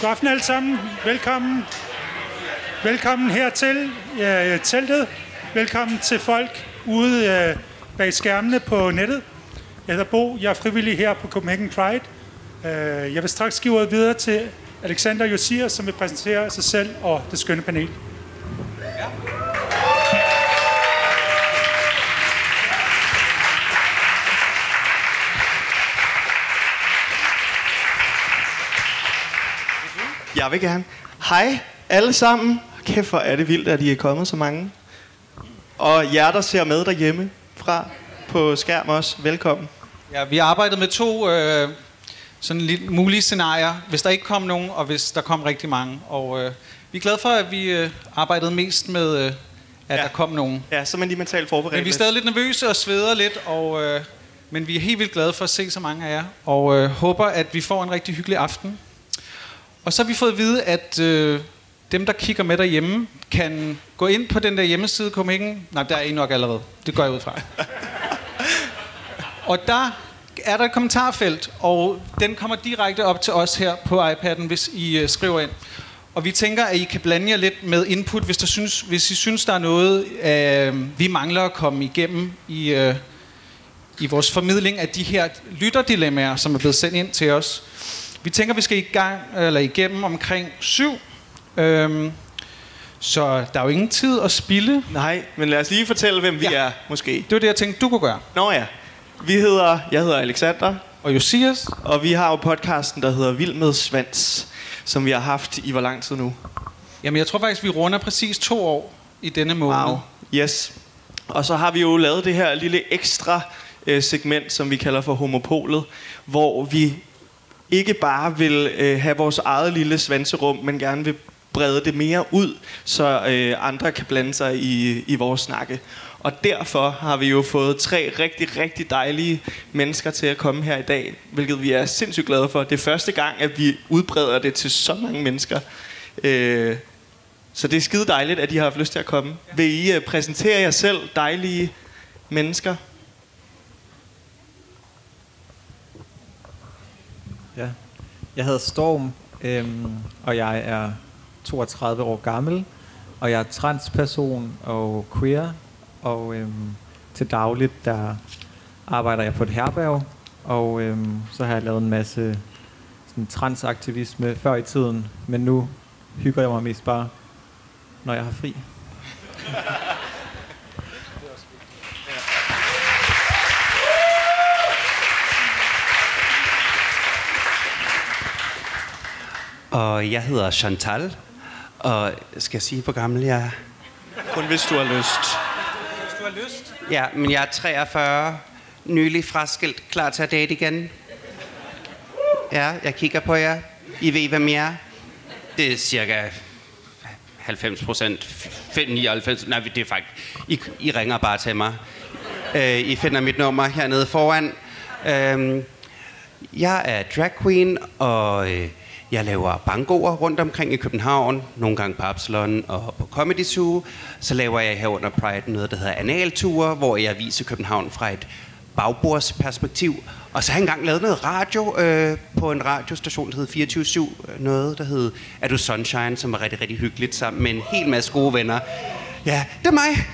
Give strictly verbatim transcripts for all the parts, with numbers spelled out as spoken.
God aften alle sammen. Velkommen. Velkommen hertil uh, teltet. Velkommen til folk ude uh, bag skærmene på nettet. Jeg hedder Bo. Jeg er frivillig her på Copenhagen Pride. Uh, jeg vil straks give ordet videre til Alexander Josias, som vil præsentere sig selv og det skønne panel. Ja. Jeg vil gerne. Hej alle sammen. Kæft, hvor er det vildt, at I er kommet så mange. Og jer, der ser med derhjemme fra på skærm også. Velkommen. Ja, vi har arbejdet med to øh, sådan lidt mulige scenarier, hvis der ikke kom nogen, og hvis der kom rigtig mange. Og øh, vi er glade for, at vi øh, arbejdede mest med, øh, at ja. der kom nogen. Ja, så er man lige mentalt forberedt. Men vi er stadig lidt nervøse og sveder lidt, og, øh, men vi er helt vildt glade for at se så mange af jer. Og øh, håber, at vi får en rigtig hyggelig aften. Og så har vi fået at vide, at øh, dem, der kigger med derhjemme, kan gå ind på den der hjemmeside, Copenhagen. Nej, der er I nok allerede. Det går jeg ud fra. Og der er der et kommentarfelt, og den kommer direkte op til os her på iPad'en, hvis I øh, skriver ind. Og vi tænker, at I kan blande jer lidt med input, hvis, der synes, hvis I synes, der er noget, øh, vi mangler at komme igennem i, øh, i vores formidling af de her lytterdilemmaer, som er blevet sendt ind til os. Vi tænker, vi skal i gang eller igennem omkring syv. Øhm, så der er jo ingen tid at spilde. Nej, men lad os lige fortælle, hvem vi ja. er, måske. Det var det, jeg tænkte, du kunne gøre. Nå ja. Vi hedder, jeg hedder Alexander. Og Josias. Og vi har jo podcasten, der hedder Vild med Svans, som vi har haft i hvor lang tid nu? Jamen, jeg tror faktisk, vi runder præcis to år i denne måned. Wow. Yes. Og så har vi jo lavet det her lille ekstra øh, segment, som vi kalder for Homopolet, hvor vi ikke bare vil øh, have vores eget lille svanserum, men gerne vil brede det mere ud, så øh, andre kan blande sig i, i vores snakke. Og derfor har vi jo fået tre rigtig, rigtig dejlige mennesker til at komme her i dag, hvilket vi er sindssygt glade for. Det er første gang, at vi udbreder det til så mange mennesker. Øh, så det er skide dejligt, at I har haft lyst til at komme. Vil I øh, præsentere jer selv, dejlige mennesker? Ja. Jeg hedder Storm, øhm, og jeg er toogtredive år gammel, og jeg er transperson og queer, og øhm, til dagligt der arbejder jeg på et herberg, og øhm, så har jeg lavet en masse sådan, transaktivisme før i tiden, men nu hygger jeg mig mest bare, når jeg har fri. Og jeg hedder Chantal, og skal jeg sige, hvor gammel jeg er? Kun hvis du har lyst. Hvis du har lyst. Ja, men jeg er treogfyrre, nylig fraskilt, klar til at date igen. Ja, jeg kigger på jer. I ved, hvem jeg er. Det er cirka halvfems procent, nioghalvfems. Nej, det er faktisk... I, I ringer bare til mig. Uh, I finder mit nummer hernede foran. Uh, jeg er drag queen, og... Uh, Jeg laver bangoer rundt omkring i København, nogle gange på Absalon og på Comedy Zoo. Så laver jeg her under Pride noget, der hedder analture, hvor jeg viser København fra et bagbordsperspektiv. Og så har jeg engang lavet noget radio øh, på en radiostation, der hed fireogtyve syv. Noget, der hed Er du Sunshine, som var rigtig, rigtig hyggeligt sammen med en hel masse gode venner. Ja, det er mig.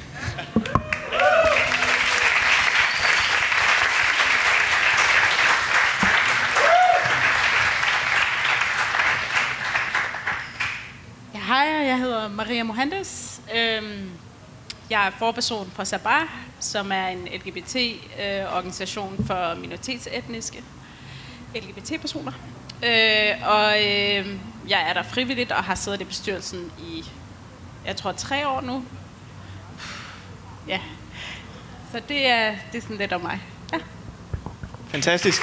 Hej, jeg hedder Maria Mohandes. Jeg er forperson for Sabah, som er en L G B T-organisation for minoritetsetniske L G B T-personer. Og jeg er der frivilligt og har siddet i bestyrelsen i, jeg tror, tre år nu. Ja, så det er, det er sådan lidt om mig. Ja. Fantastisk.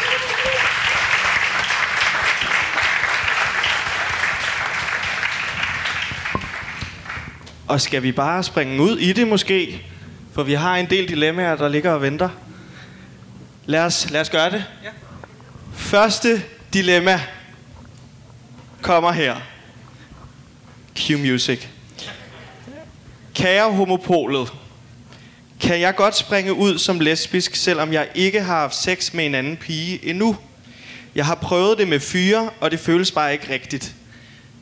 Og skal vi bare springe ud i det måske? For vi har en del dilemmaer, der ligger og venter. Lad os, lad os gøre det. Ja. Første dilemma kommer her. Cue music. Kære homopolet, kan jeg godt springe ud som lesbisk, selvom jeg ikke har haft sex med en anden pige endnu? Jeg har prøvet det med fyre, og det føles bare ikke rigtigt.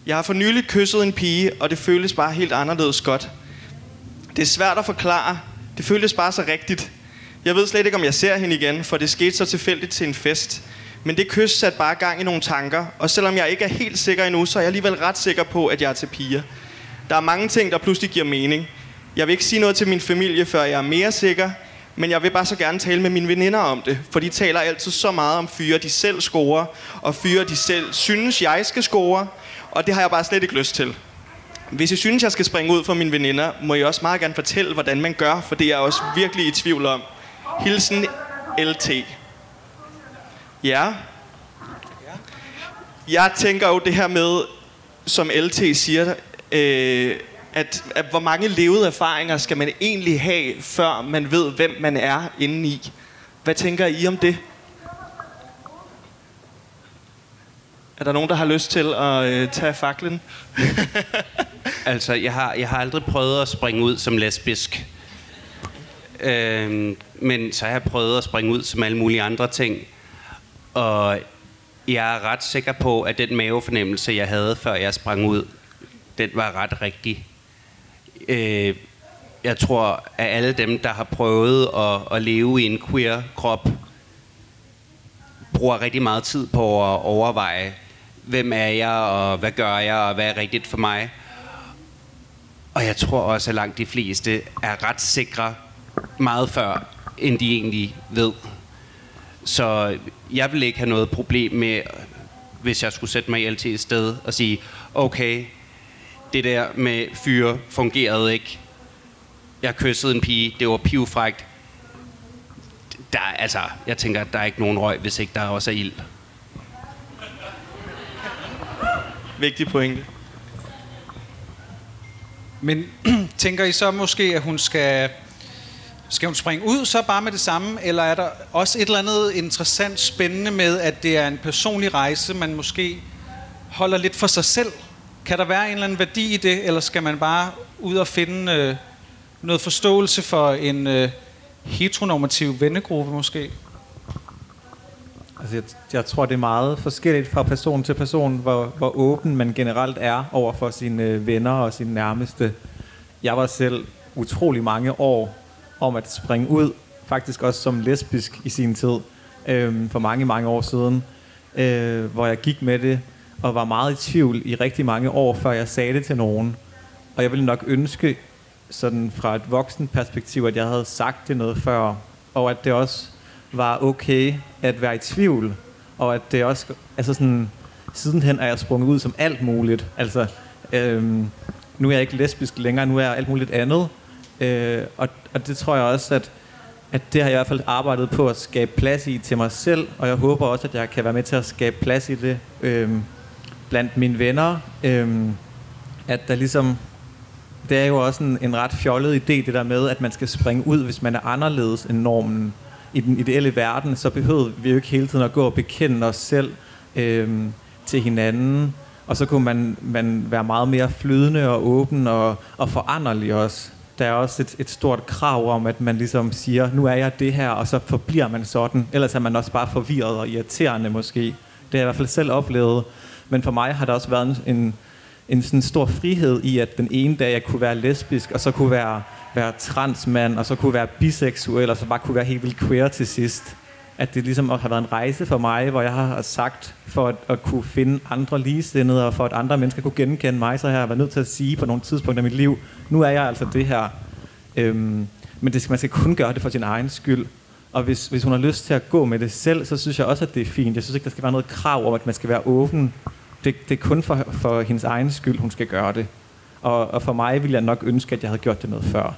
Jeg har for nylig kysset en pige, og det føles bare helt anderledes godt. Det er svært at forklare. Det føles bare så rigtigt. Jeg ved slet ikke, om jeg ser hende igen, for det skete så tilfældigt til en fest. Men det kys satte bare gang i nogle tanker, og selvom jeg ikke er helt sikker endnu, så er jeg alligevel ret sikker på, at jeg er til piger. Der er mange ting, der pludselig giver mening. Jeg vil ikke sige noget til min familie, før jeg er mere sikker, men jeg vil bare så gerne tale med mine veninder om det, for de taler altid så meget om fyre, de selv scorer, og fyre, de selv synes, jeg skal score, og det har jeg bare slet ikke lyst til. Hvis I synes, jeg skal springe ud for mine veninder, må I også meget gerne fortælle, hvordan man gør, for det er jeg også virkelig i tvivl om. Hilsen L T. Ja. Jeg tænker jo det her med, som L T siger, øh, at, at hvor mange levede erfaringer skal man egentlig have, før man ved, hvem man er inde i. Hvad tænker I om det? Er der nogen, der har lyst til at øh, tage faklen? Altså, jeg har, jeg har aldrig prøvet at springe ud som lesbisk. Øhm, men så har jeg prøvet at springe ud som alle mulige andre ting. Og jeg er ret sikker på, at den mavefornemmelse, jeg havde, før jeg sprang ud, den var ret rigtig. Øh, jeg tror, at alle dem, der har prøvet at, at leve i en queer krop, bruger rigtig meget tid på at overveje, hvem er jeg, og hvad gør jeg, og hvad er rigtigt for mig. Og jeg tror også, at langt de fleste er ret sikre meget før, end de egentlig ved. Så jeg vil ikke have noget problem med, hvis jeg skulle sætte mig i L T et sted og sige, okay, det der med fyre fungerede ikke. Jeg kyssede en pige, det var pivfrækt. Der, altså, jeg tænker, at der er ikke nogen røg, hvis ikke der også er ild. Vigtig pointe. Men tænker I så måske, at hun skal... Skal hun springe ud så bare med det samme, eller er der også et eller andet interessant, spændende med, at det er en personlig rejse, man måske holder lidt for sig selv? Kan der være en eller anden værdi i det, eller skal man bare ud og finde øh, noget forståelse for en øh, heteronormativ vennegruppe måske? Altså jeg, jeg tror, det er meget forskelligt fra person til person, hvor, hvor åben man generelt er over for sine venner og sine nærmeste. Jeg var selv utrolig mange år om at springe ud, faktisk også som lesbisk i sin tid, øh, for mange, mange år siden, øh, hvor jeg gik med det, og var meget i tvivl i rigtig mange år, før jeg sagde det til nogen. Og jeg ville nok ønske, sådan fra et voksen perspektiv, at jeg havde sagt det noget før, og at det også var okay at være i tvivl, og at det også, altså sådan, sidenhen er jeg sprunget ud som alt muligt. Altså, øh, nu er jeg ikke lesbisk længere, nu er jeg alt muligt andet. Øh, og, og det tror jeg også, at, at det har jeg i hvert fald arbejdet på at skabe plads i til mig selv, og jeg håber også, at jeg kan være med til at skabe plads i det øh, blandt mine venner. Øh, at der ligesom, det er jo også en, en ret fjollet idé, det der med, at man skal springe ud, hvis man er anderledes end normen. I den ideelle verden, så behøver vi jo ikke hele tiden at gå og bekende os selv øh, til hinanden, og så kunne man, man være meget mere flydende og åben og, og foranderlig også. Der er også et, et stort krav om, at man ligesom siger, nu er jeg det her, og så forbliver man sådan. Ellers er man også bare forvirret og irriterende måske. Det har jeg i hvert fald selv oplevet. Men for mig har der også været en, en, en sådan stor frihed i, at den ene dag jeg kunne være lesbisk, og så kunne være, være transmand, og så kunne være biseksuel, og så bare kunne være helt vildt queer til sidst. At det ligesom har været en rejse for mig, hvor jeg har sagt, for at, at kunne finde andre ligesindede, og for at andre mennesker kunne genkende mig, så har jeg været nødt til at sige på nogle tidspunkter i mit liv, nu er jeg altså det her. Øhm, men det skal, man skal kun gøre det for sin egen skyld. Og hvis, hvis hun har lyst til at gå med det selv, så synes jeg også, at det er fint. Jeg synes ikke, der skal være noget krav om, at man skal være åben. Det, det er kun for, for hendes egen skyld, hun skal gøre det. Og, og for mig ville jeg nok ønske, at jeg havde gjort det noget før.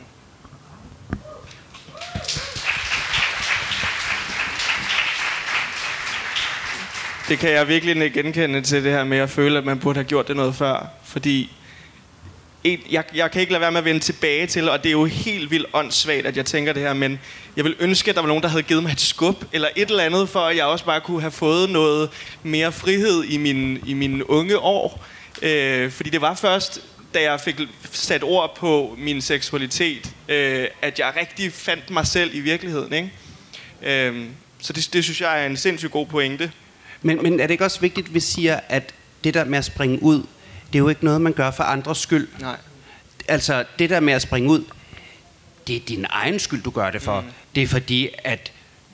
Det kan jeg virkelig genkende til, det her med at føle, at man burde have gjort det noget før. Fordi et, jeg, jeg kan ikke lade være med at vende tilbage til, og det er jo helt vildt åndssvagt, at jeg tænker det her, men jeg vil ønske, at der var nogen, der havde givet mig et skub, eller et eller andet, for at jeg også bare kunne have fået noget mere frihed i mine, i mine unge år. Øh, fordi det var først, da jeg fik sat ord på min seksualitet, øh, at jeg rigtig fandt mig selv i virkeligheden, ikke? Øh, så det, det synes jeg er en sindssygt god pointe. Men, men er det ikke også vigtigt, at vi siger, at det der med at springe ud, det er jo ikke noget, man gør for andres skyld. Nej. Altså, det der med at springe ud, det er din egen skyld, du gør det for. Mm. Det er fordi, at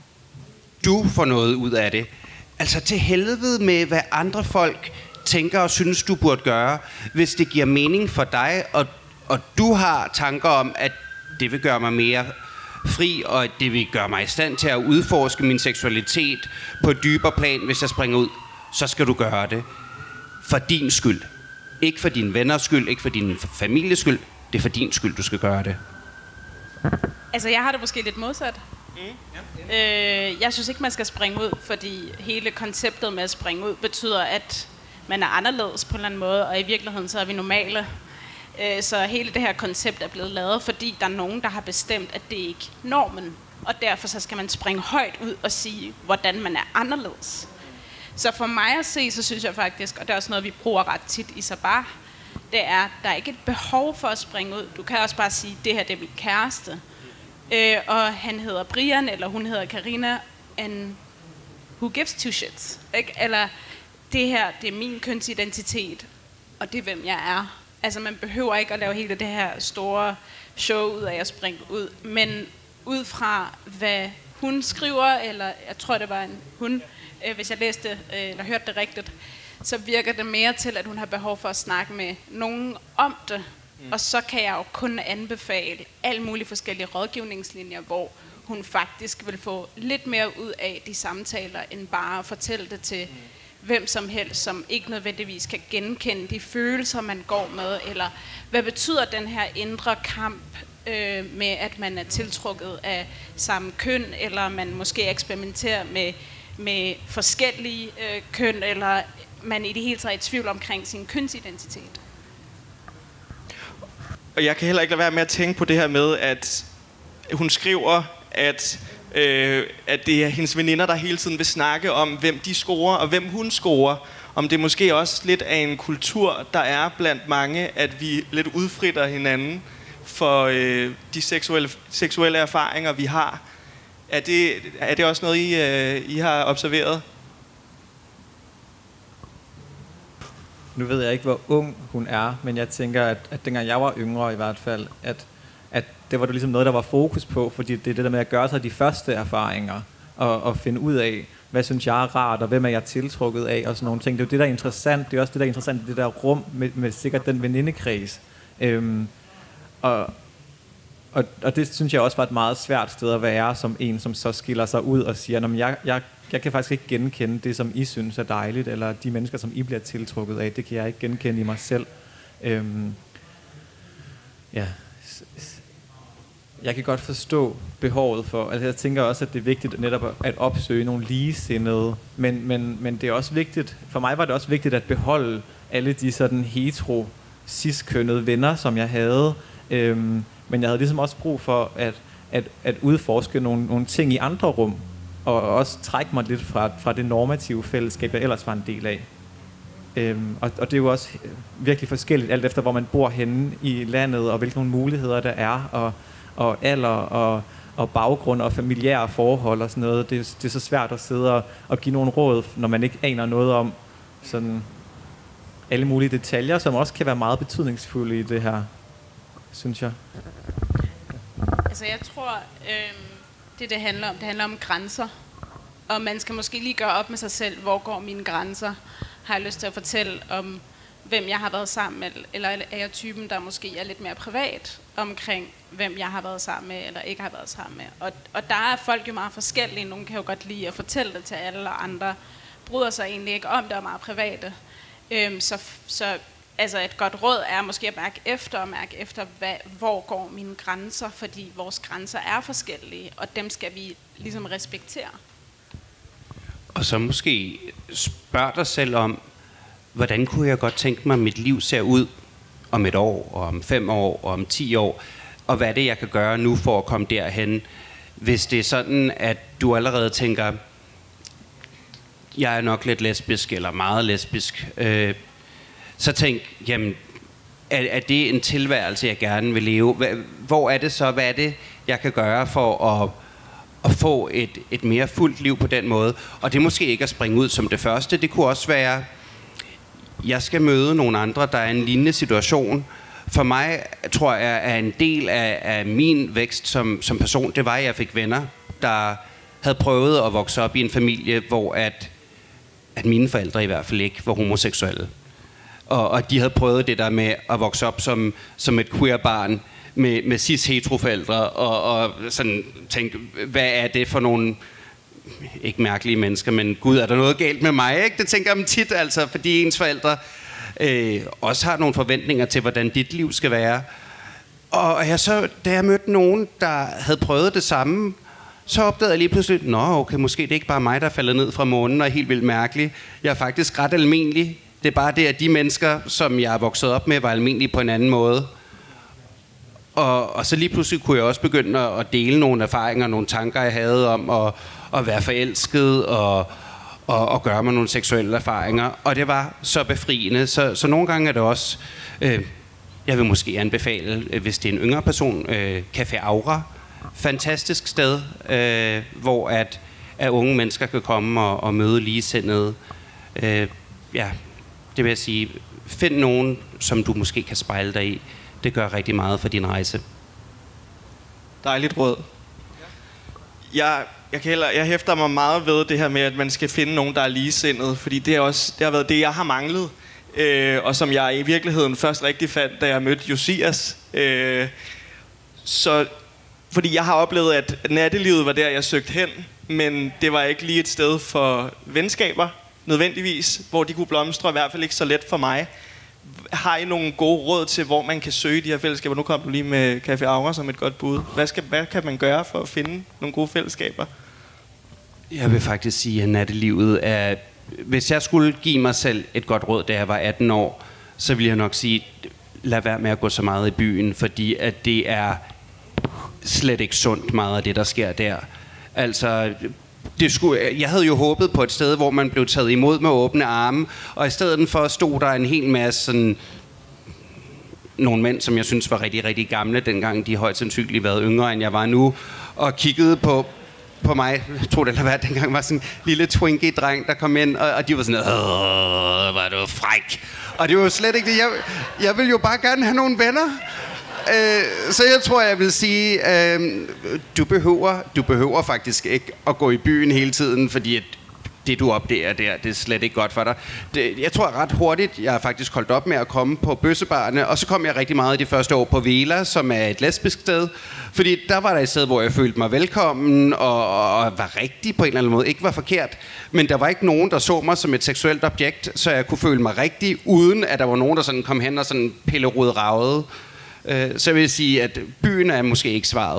du får noget ud af det. Altså, til helvede med, hvad andre folk tænker og synes, du burde gøre, hvis det giver mening for dig, og, og du har tanker om, at det vil gøre mig mere fri, og at det vil gøre mig i stand til at udforske min seksualitet på et dybere plan, hvis jeg springer ud, så skal du gøre det. For din skyld. Ikke for dine venners skyld, ikke for din families skyld. Det er for din skyld, du skal gøre det. Altså, jeg har det måske lidt modsat. Mm, ja. øh, jeg synes ikke, man skal springe ud, fordi hele konceptet med at springe ud betyder, at man er anderledes på en eller anden måde, og i virkeligheden så er vi normale. Øh, så hele det her koncept er blevet lavet, fordi der er nogen, der har bestemt, at det ikke er normen. Og derfor så skal man springe højt ud og sige, hvordan man er anderledes. Så for mig at se, så synes jeg faktisk, og det er også noget, vi bruger ret tit i Sabah, det er, at der er ikke et behov for at springe ud. Du kan også bare sige, det her det er min kæreste. Øh, og han hedder Brian, eller hun hedder Karina, and who gives two shits? Ikke? Eller det her, det er min kønsidentitet, og det er, hvem jeg er. Altså, man behøver ikke at lave hele det her store show ud af at springe ud, men ud fra, hvad hun skriver, eller jeg tror, det var en hun, øh, hvis jeg læste øh, eller hørte det rigtigt, så virker det mere til, at hun har behov for at snakke med nogen om det. Mm. Og så kan jeg jo kun anbefale alle mulige forskellige rådgivningslinjer, hvor hun faktisk vil få lidt mere ud af de samtaler, end bare at fortælle det til mm. hvem som helst, som ikke nødvendigvis kan genkende de følelser, man går med, eller hvad betyder den her indre kamp øh, med, at man er tiltrukket af samme køn, eller man måske eksperimenterer med, med forskellige øh, køn, eller man i det hele taget er i tvivl omkring sin kønsidentitet. Og jeg kan heller ikke lade være med at tænke på det her med, at hun skriver, at, øh, at det er hendes veninder, der hele tiden vil snakke om, hvem de scorer og hvem hun scorer. Om det måske også lidt af en kultur, der er blandt mange, at vi lidt udfritter hinanden for øh, de seksuelle, seksuelle erfaringer, vi har. Er det, er det også noget, I, øh, I har observeret? Nu ved jeg ikke, hvor ung hun er, men jeg tænker, at, at dengang jeg var yngre i hvert fald, at, at det var det ligesom noget, der var fokus på, fordi det er det der med at gøre sig de første erfaringer, og, og finde ud af, hvad synes jeg er rart, og hvem er jeg tiltrukket af, og sådan nogle ting. Det er jo det, der er interessant. Det er også det, der er interessant i det der rum, med, med sikkert den venindekreds. Øhm, og, og, og det synes jeg også var et meget svært sted at være, som en, som så skiller sig ud og siger, jeg, jeg Jeg kan faktisk ikke genkende det, som I synes er dejligt, eller de mennesker, som I bliver tiltrukket af. Det kan jeg ikke genkende i mig selv. Øhm, ja. Jeg kan godt forstå behovet for... Altså jeg tænker også, at det er vigtigt netop at opsøge nogle ligesindede. Men, men, men det er også vigtigt... For mig var det også vigtigt at beholde alle de sådan hetero, cis-kønnede venner, som jeg havde. Øhm, men jeg havde ligesom også brug for at, at, at udforske nogle, nogle ting i andre rum, og også trække mig lidt fra, fra det normative fællesskab, jeg ellers var en del af. Øhm, og, og det er jo også virkelig forskelligt, alt efter hvor man bor henne i landet, og hvilke nogle muligheder der er, og, og alder, og, og baggrund, og familiære forhold og sådan noget. Det, det er så svært at sidde og, og give nogle råd, når man ikke aner noget om sådan alle mulige detaljer, som også kan være meget betydningsfulde i det her, synes jeg. Altså jeg tror... Øh Det, det handler om, det handler om grænser. Og man skal måske lige gøre op med sig selv, hvor går mine grænser. Har jeg lyst til at fortælle om, hvem jeg har været sammen med, eller er jeg typen, der måske er lidt mere privat omkring, hvem jeg har været sammen med, eller ikke har været sammen med. Og, og der er folk jo meget forskellige. Nogle kan jo godt lide at fortælle det til alle, og andre bryder sig egentlig ikke om det, og er meget private. Øhm, så, så altså et godt råd er måske at mærke efter, og mærke efter, hvad, hvor går mine grænser, fordi vores grænser er forskellige, og dem skal vi ligesom respektere. Og så måske spørg dig selv om, hvordan kunne jeg godt tænke mig, at mit liv ser ud om et år, og om fem år, og om ti år, og hvad er det, jeg kan gøre nu for at komme derhen, hvis det er sådan, at du allerede tænker, jeg er nok lidt lesbisk, eller meget lesbisk, øh, så tænk, jamen, er, er det en tilværelse, jeg gerne vil leve? Hvor er det så, hvad er det, jeg kan gøre for at, at få et, et mere fuldt liv på den måde? Og det måske ikke at springe ud som det første, det kunne også være, jeg skal møde nogle andre, der er i en lignende situation. For mig, tror jeg, er en del af, af min vækst som, som person, det var, at jeg fik venner, der havde prøvet at vokse op i en familie, hvor at, at mine forældre i hvert fald ikke var homoseksuelle. Og, og de havde prøvet det der med at vokse op som, som et queer barn med, med cis-heteroforældre, og, og sådan tænkte, hvad er det for nogle, ikke mærkelige mennesker, men gud, er der noget galt med mig, ikke? Det tænker jeg tit, altså, fordi ens forældre øh, også har nogle forventninger til, hvordan dit liv skal være. Og jeg så, da jeg mødte nogen, der havde prøvet det samme, så opdagede jeg lige pludselig, nå okay, måske det er ikke bare mig, der er faldet ned fra månen og er helt vildt mærkelig. Jeg er faktisk ret almindelig. Det er bare det, at de mennesker, som jeg er vokset op med, var almindelige på en anden måde. Og, og så lige pludselig kunne jeg også begynde at dele nogle erfaringer, nogle tanker, jeg havde om at, at være forelsket og, og, og gøre mig nogle seksuelle erfaringer. Og det var så befriende. Så, så nogle gange er det også, øh, jeg vil måske anbefale, hvis det er en yngre person, øh, Café Aura. Fantastisk sted, øh, hvor at, at unge mennesker kan komme og, og møde ligesindede. Øh, ja, det vil jeg sige, find nogen, som du måske kan spejle dig i. Det gør rigtig meget for din rejse. Dejligt råd. Jeg, jeg, kan heller, jeg hæfter mig meget ved det her med, at man skal finde nogen, der er ligesindede, fordi det, er også, det har været det, jeg har manglet, øh, og som jeg i virkeligheden først rigtig fandt, da jeg mødte Josias. Øh, så, fordi jeg har oplevet, at nattelivet var der, jeg søgte hen, men det var ikke lige et sted for venskaber, nødvendigvis, hvor de kunne blomstre, i hvert fald ikke så let for mig. Har I nogle gode råd til, hvor man kan søge de her fællesskaber? Nu kom du lige med Café Aura som et godt bud. Hvad, skal, hvad kan man gøre for at finde nogle gode fællesskaber? Jeg vil faktisk sige, at nattelivet er... Hvis jeg skulle give mig selv et godt råd, da jeg var atten år, så ville jeg nok sige, lad være med at gå så meget i byen, fordi at det er slet ikke sundt meget af det, der sker der. Altså... Det skulle, jeg havde jo håbet på et sted, hvor man blev taget imod med åbne arme, og i stedet for stod der en hel masse sådan, nogle mænd, som jeg synes var rigtig, rigtig gamle, dengang de højst sandsynligt været yngre, end jeg var nu, og kiggede på, på mig. Jeg tror det eller hvad, dengang var sådan en lille twinkie-dreng, der kom ind, og, og de var sådan, åh, var du fræk. Og det var jo slet ikke det. Jeg, jeg ville jo bare gerne have nogle venner. Øh, så jeg tror, jeg vil sige, øh, du behøver, du behøver faktisk ikke at gå i byen hele tiden, fordi at det, du opdager der, det er slet ikke godt for dig. Det, jeg tror ret hurtigt, jeg har faktisk holdt op med at komme på bøssebarne, og så kom jeg rigtig meget de første år på Vela, som er et lesbisk sted, fordi der var der et sted, hvor jeg følte mig velkommen, og, og var rigtig på en eller anden måde, ikke var forkert, men der var ikke nogen, der så mig som et seksuelt objekt, så jeg kunne føle mig rigtig, uden at der var nogen, der sådan kom hen og sådan pillerod ragede. Så jeg vil sige, at byen er måske ikke svaret.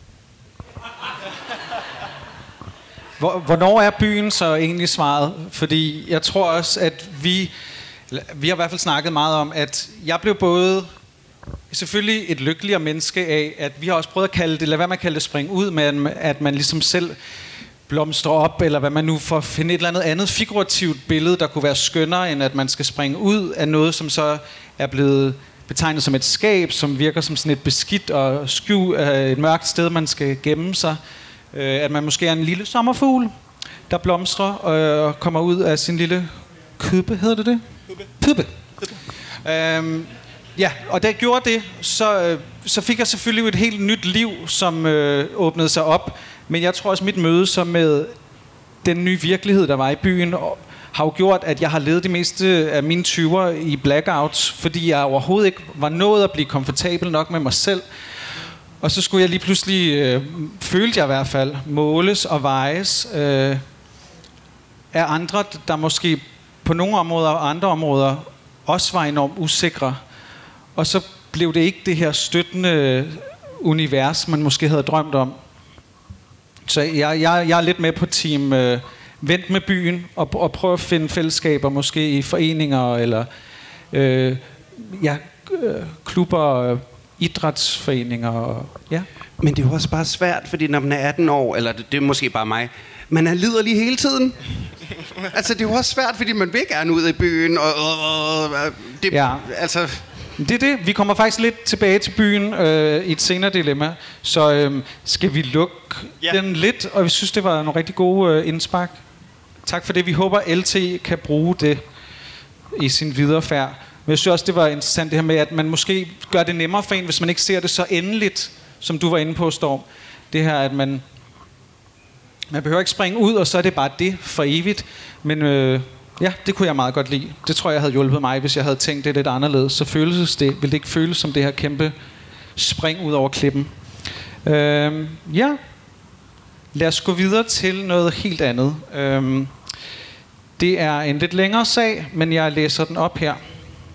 Hvornår er byen så egentlig svaret? Fordi jeg tror også, at vi... Vi har i hvert fald snakket meget om, at jeg blev både selvfølgelig et lykkeligere menneske af, at vi har også prøvet at kalde det, lad være med at kalde det spring ud, men at man ligesom selv blomstrer op, eller hvad man nu får finde et eller andet andet figurativt billede, der kunne være skønnere, end at man skal springe ud af noget, som så er blevet betegnet som et skab, som virker som sådan et beskidt og skjul, et mørkt sted, man skal gemme sig. At man måske er en lille sommerfugl, der blomstrer og kommer ud af sin lille købe, hedder det det? Købe. Øhm, ja, og da jeg gjorde det, så, så fik jeg selvfølgelig et helt nyt liv, som øh, åbnede sig op. Men jeg tror også, mit møde så med den nye virkelighed, der var i byen, har jo gjort, at jeg har levet det meste af mine tyver i blackouts, fordi jeg overhovedet ikke var nået at blive komfortabel nok med mig selv. Og så skulle jeg lige pludselig, øh, følte jeg i hvert fald, måles og vejes øh, af andre, der måske på nogle områder og andre områder også var enormt usikre. Og så blev det ikke det her støttende univers, man måske havde drømt om. Så jeg, jeg, jeg er lidt med på team... Øh, Vent med byen og, og prøv at finde fællesskaber, måske i foreninger eller øh, ja, klubber, idrætsforeninger. Og, ja. Men det er jo også bare svært, fordi når man er atten år, eller det, det er måske bare mig, man er liderlig hele tiden. Altså det er jo også svært, fordi man vil gerne ud i byen. Og, og, og det, ja. altså... Det er det. Vi kommer faktisk lidt tilbage til byen øh, i et senere dilemma. Så øh, skal vi lukke ja. den lidt, og vi synes, det var nogle rigtig gode øh, indspark. Tak for det. Vi håber, L T kan bruge det. i sin videre færd. Men jeg synes også, det var interessant det her med, at man måske gør det nemmere for en, hvis man ikke ser det så endeligt, som du var inde på, Storm. Det her, at man, man behøver ikke springe ud, og så er det bare det for evigt. Men øh, ja, det kunne jeg meget godt lide. Det tror jeg havde hjulpet mig, hvis jeg havde tænkt det lidt anderledes. Så føles det, ville det ikke føles som det her kæmpe spring ud over klippen. Øh, ja, lad os gå videre til noget helt andet. Øh, det er en lidt længere sag, men jeg læser den op her.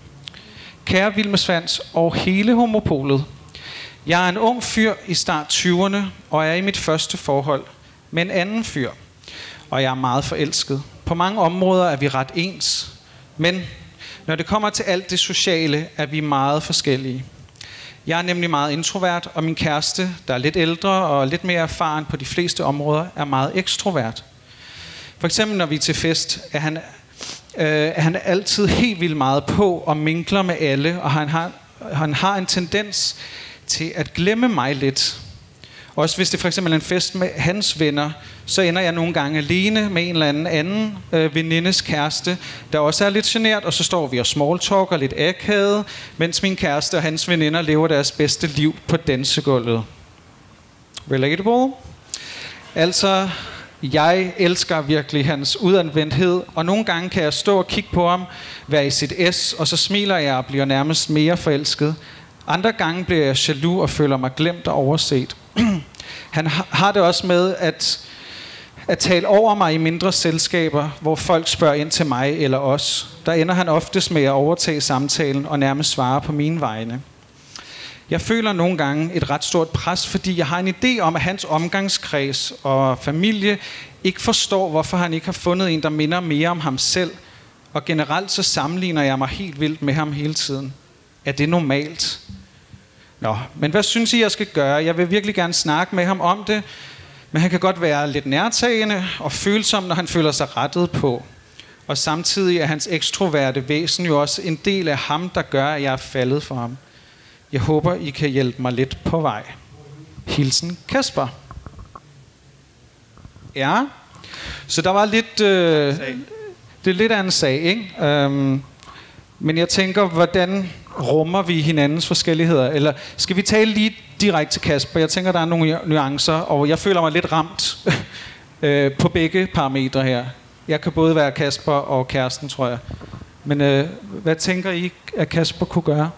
Kære Vilmesvans og hele homopolet. Jeg er en ung fyr i start tyverne, og er i mit første forhold med en anden fyr. Og jeg er meget forelsket. På mange områder er vi ret ens. Men når det kommer til alt det sociale, er vi meget forskellige. Jeg er nemlig meget introvert, og min kæreste, der er lidt ældre og lidt mere erfaren på de fleste områder, er meget ekstrovert. For eksempel når vi er til fest, er han, øh, er han altid helt vildt meget på og minkler med alle, og han har, han har en tendens til at glemme mig lidt. Også hvis det for eksempel er en fest med hans venner, så ender jeg nogle gange alene med en eller anden anden øh, venindes kæreste, der også er lidt genert, og så står vi og smalltalker lidt akavet, mens min kæreste og hans veninder lever deres bedste liv på dansegulvet. Relatable? Altså, jeg elsker virkelig hans udanvendthed, og nogle gange kan jeg stå og kigge på ham, være i sit S, og så smiler jeg og bliver nærmest mere forelsket. Andre gange bliver jeg jaloux og føler mig glemt og overset. Han har det også med at, at tale over mig i mindre selskaber, hvor folk spørger ind til mig eller os. Der ender han oftest med at overtage samtalen og nærmest svare på mine vegne. Jeg føler nogle gange et ret stort pres, fordi jeg har en idé om, at hans omgangskreds og familie ikke forstår, hvorfor han ikke har fundet en, der minder mere om ham selv. Og generelt så sammenligner jeg mig helt vildt med ham hele tiden. Er det normalt? Nå, men hvad synes I, jeg skal gøre? Jeg vil virkelig gerne snakke med ham om det, men han kan godt være lidt nærtagende og følsom, når han føler sig rettet på. Og samtidig er hans ekstroverte væsen jo også en del af ham, der gør, at jeg er faldet for ham. Jeg håber, I kan hjælpe mig lidt på vej. Hilsen Kasper. Ja, så der var lidt, øh, det er lidt af en sag, ikke? Um, men jeg tænker, hvordan rummer vi hinandens forskelligheder? Eller skal vi tale lige direkte til Kasper? Jeg tænker, der er nogle nuancer, og jeg føler mig lidt ramt øh, på begge parametre her. Jeg kan både være Kasper og kæresten, tror jeg. Men øh, hvad tænker I, at Kasper kunne gøre?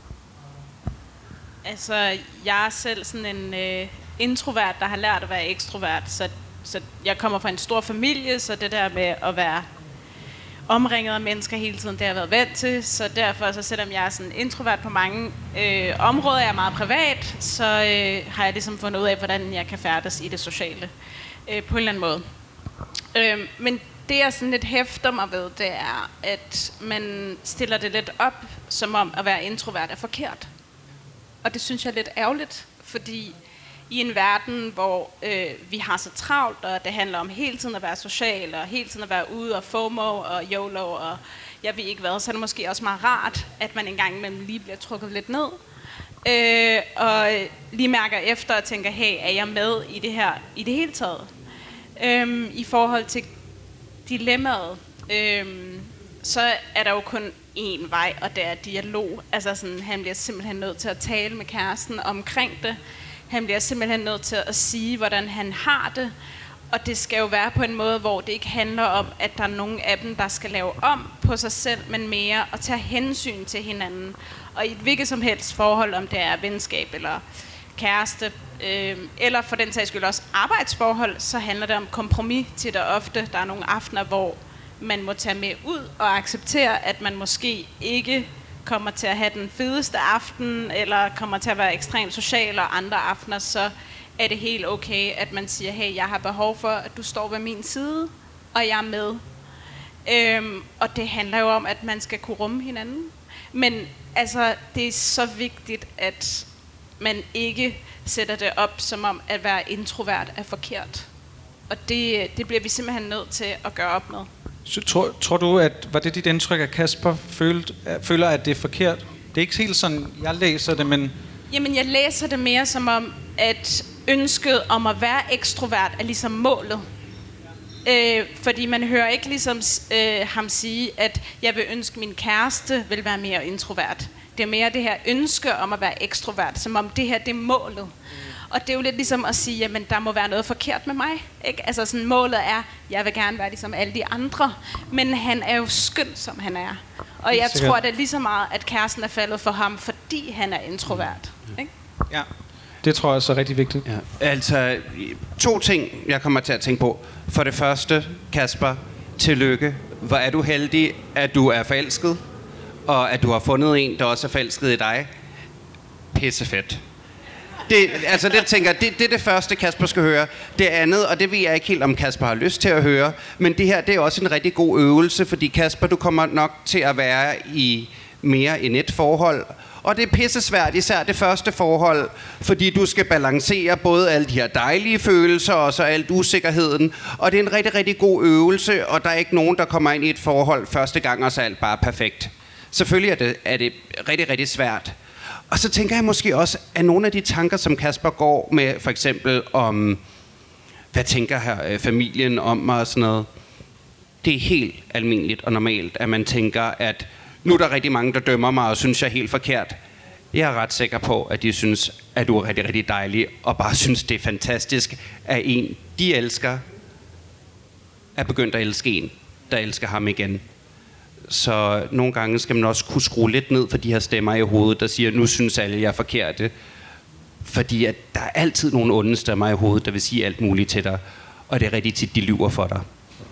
Altså, jeg er selv sådan en øh, introvert, der har lært at være ekstrovert. Så, så jeg kommer fra en stor familie, så det der med at være omringet af mennesker hele tiden, det har jeg været vant til. Så derfor, så selvom jeg er sådan introvert på mange øh, områder, jeg er meget privat, så øh, har jeg ligesom fundet ud af, hvordan jeg kan færdes i det sociale øh, på en eller anden måde. Øh, men det, jeg sådan lidt hæfter mig ved, det er, at man stiller det lidt op, som om at være introvert er forkert. Og det synes jeg er lidt ærgerligt, fordi i en verden, hvor øh, vi har så travlt, og det handler om hele tiden at være social, og hele tiden at være ude, og FOMO, og YOLO, og jeg ved ikke hvad, så er det måske også meget rart, at man engang imellem lige bliver trukket lidt ned, øh, og lige mærker efter og tænker, hey, er jeg med i det her i det hele taget? Øh, I forhold til dilemmaet, øh, så er der jo kun én vej, og det er dialog. Altså sådan, han bliver simpelthen nødt til at tale med kæresten omkring det. Han bliver simpelthen nødt til at sige, hvordan han har det. Og det skal jo være på en måde, hvor det ikke handler om, at der er nogen af dem, der skal lave om på sig selv, men mere at tage hensyn til hinanden. Og i et hvilket som helst forhold, om det er venskab eller kæreste, øh, eller for den sags skyld også arbejdsforhold, så handler det om kompromis til det ofte. Der er nogle aftener, hvor man må tage med ud og acceptere, at man måske ikke kommer til at have den fedeste aften, eller kommer til at være ekstremt social, og andre aftener, så er det helt okay, at man siger, hey, jeg har behov for, at du står ved min side, og jeg er med. Øhm, og det handler jo om, at man skal kunne rumme hinanden. Men altså, det er så vigtigt, at man ikke sætter det op, som om at være introvert er forkert. Og det, det bliver vi simpelthen nødt til at gøre op med. Så tror, tror du, at var det dit indtryk, at Kasper følte, føler, at det er forkert? Det er ikke helt sådan, jeg læser det, men... Jamen, jeg læser det mere som om, at ønsket om at være ekstrovert er ligesom målet. Øh, fordi man hører ikke ligesom øh, ham sige, at jeg vil ønske, min kæreste vil være mere introvert. Det er mere det her ønske om at være ekstrovert, som om det her, det er målet. Mm. Og det er jo lidt ligesom at sige, jamen der må være noget forkert med mig. Ikke? Altså sådan, målet er, jeg vil gerne være ligesom alle de andre. Men han er jo skøn, som han er. Og jeg tror, det er lige så meget, at kæresten er faldet for ham, fordi han er introvert. Ikke? Ja, det tror jeg også er rigtig vigtigt. Ja. Altså, to ting, jeg kommer til at tænke på. For det første, Kasper, tillykke. Hvor er du heldig, at du er forelsket, og at du har fundet en, der også er forelsket i dig. Pissefedt. Det, altså det tænker jeg, det, det er det første, Kasper skal høre. Det andet, og det ved jeg ikke helt, om Kasper har lyst til at høre, men det her, det er også en rigtig god øvelse, fordi Kasper, du kommer nok til at være i mere end et forhold. Og det er pissesvært, især det første forhold, fordi du skal balancere både alle de her dejlige følelser og så alt usikkerheden. Og det er en rigtig, rigtig god øvelse, og der er ikke nogen, der kommer ind i et forhold første gang, og så er alt bare perfekt. Selvfølgelig er det, er det rigtig, rigtig svært. Og så tænker jeg måske også, at nogle af de tanker, som Kasper går med, for eksempel om, hvad tænker her familien om mig og sådan noget, det er helt almindeligt og normalt, at man tænker, at nu er der rigtig mange, der dømmer mig og synes, jeg er helt forkert. Jeg er ret sikker på, at de synes, at du er rigtig, rigtig dejlig, og bare synes, det er fantastisk, at en, de elsker, er begyndt at elske en, der elsker ham igen. Så nogle gange skal man også kunne skrue lidt ned for de her stemmer i hovedet, der siger, nu synes alle, jeg er forkerte. Fordi at der er altid nogle onde stemmer i hovedet, der vil sige alt muligt til dig. Og det er rigtig tit, de lyver for dig.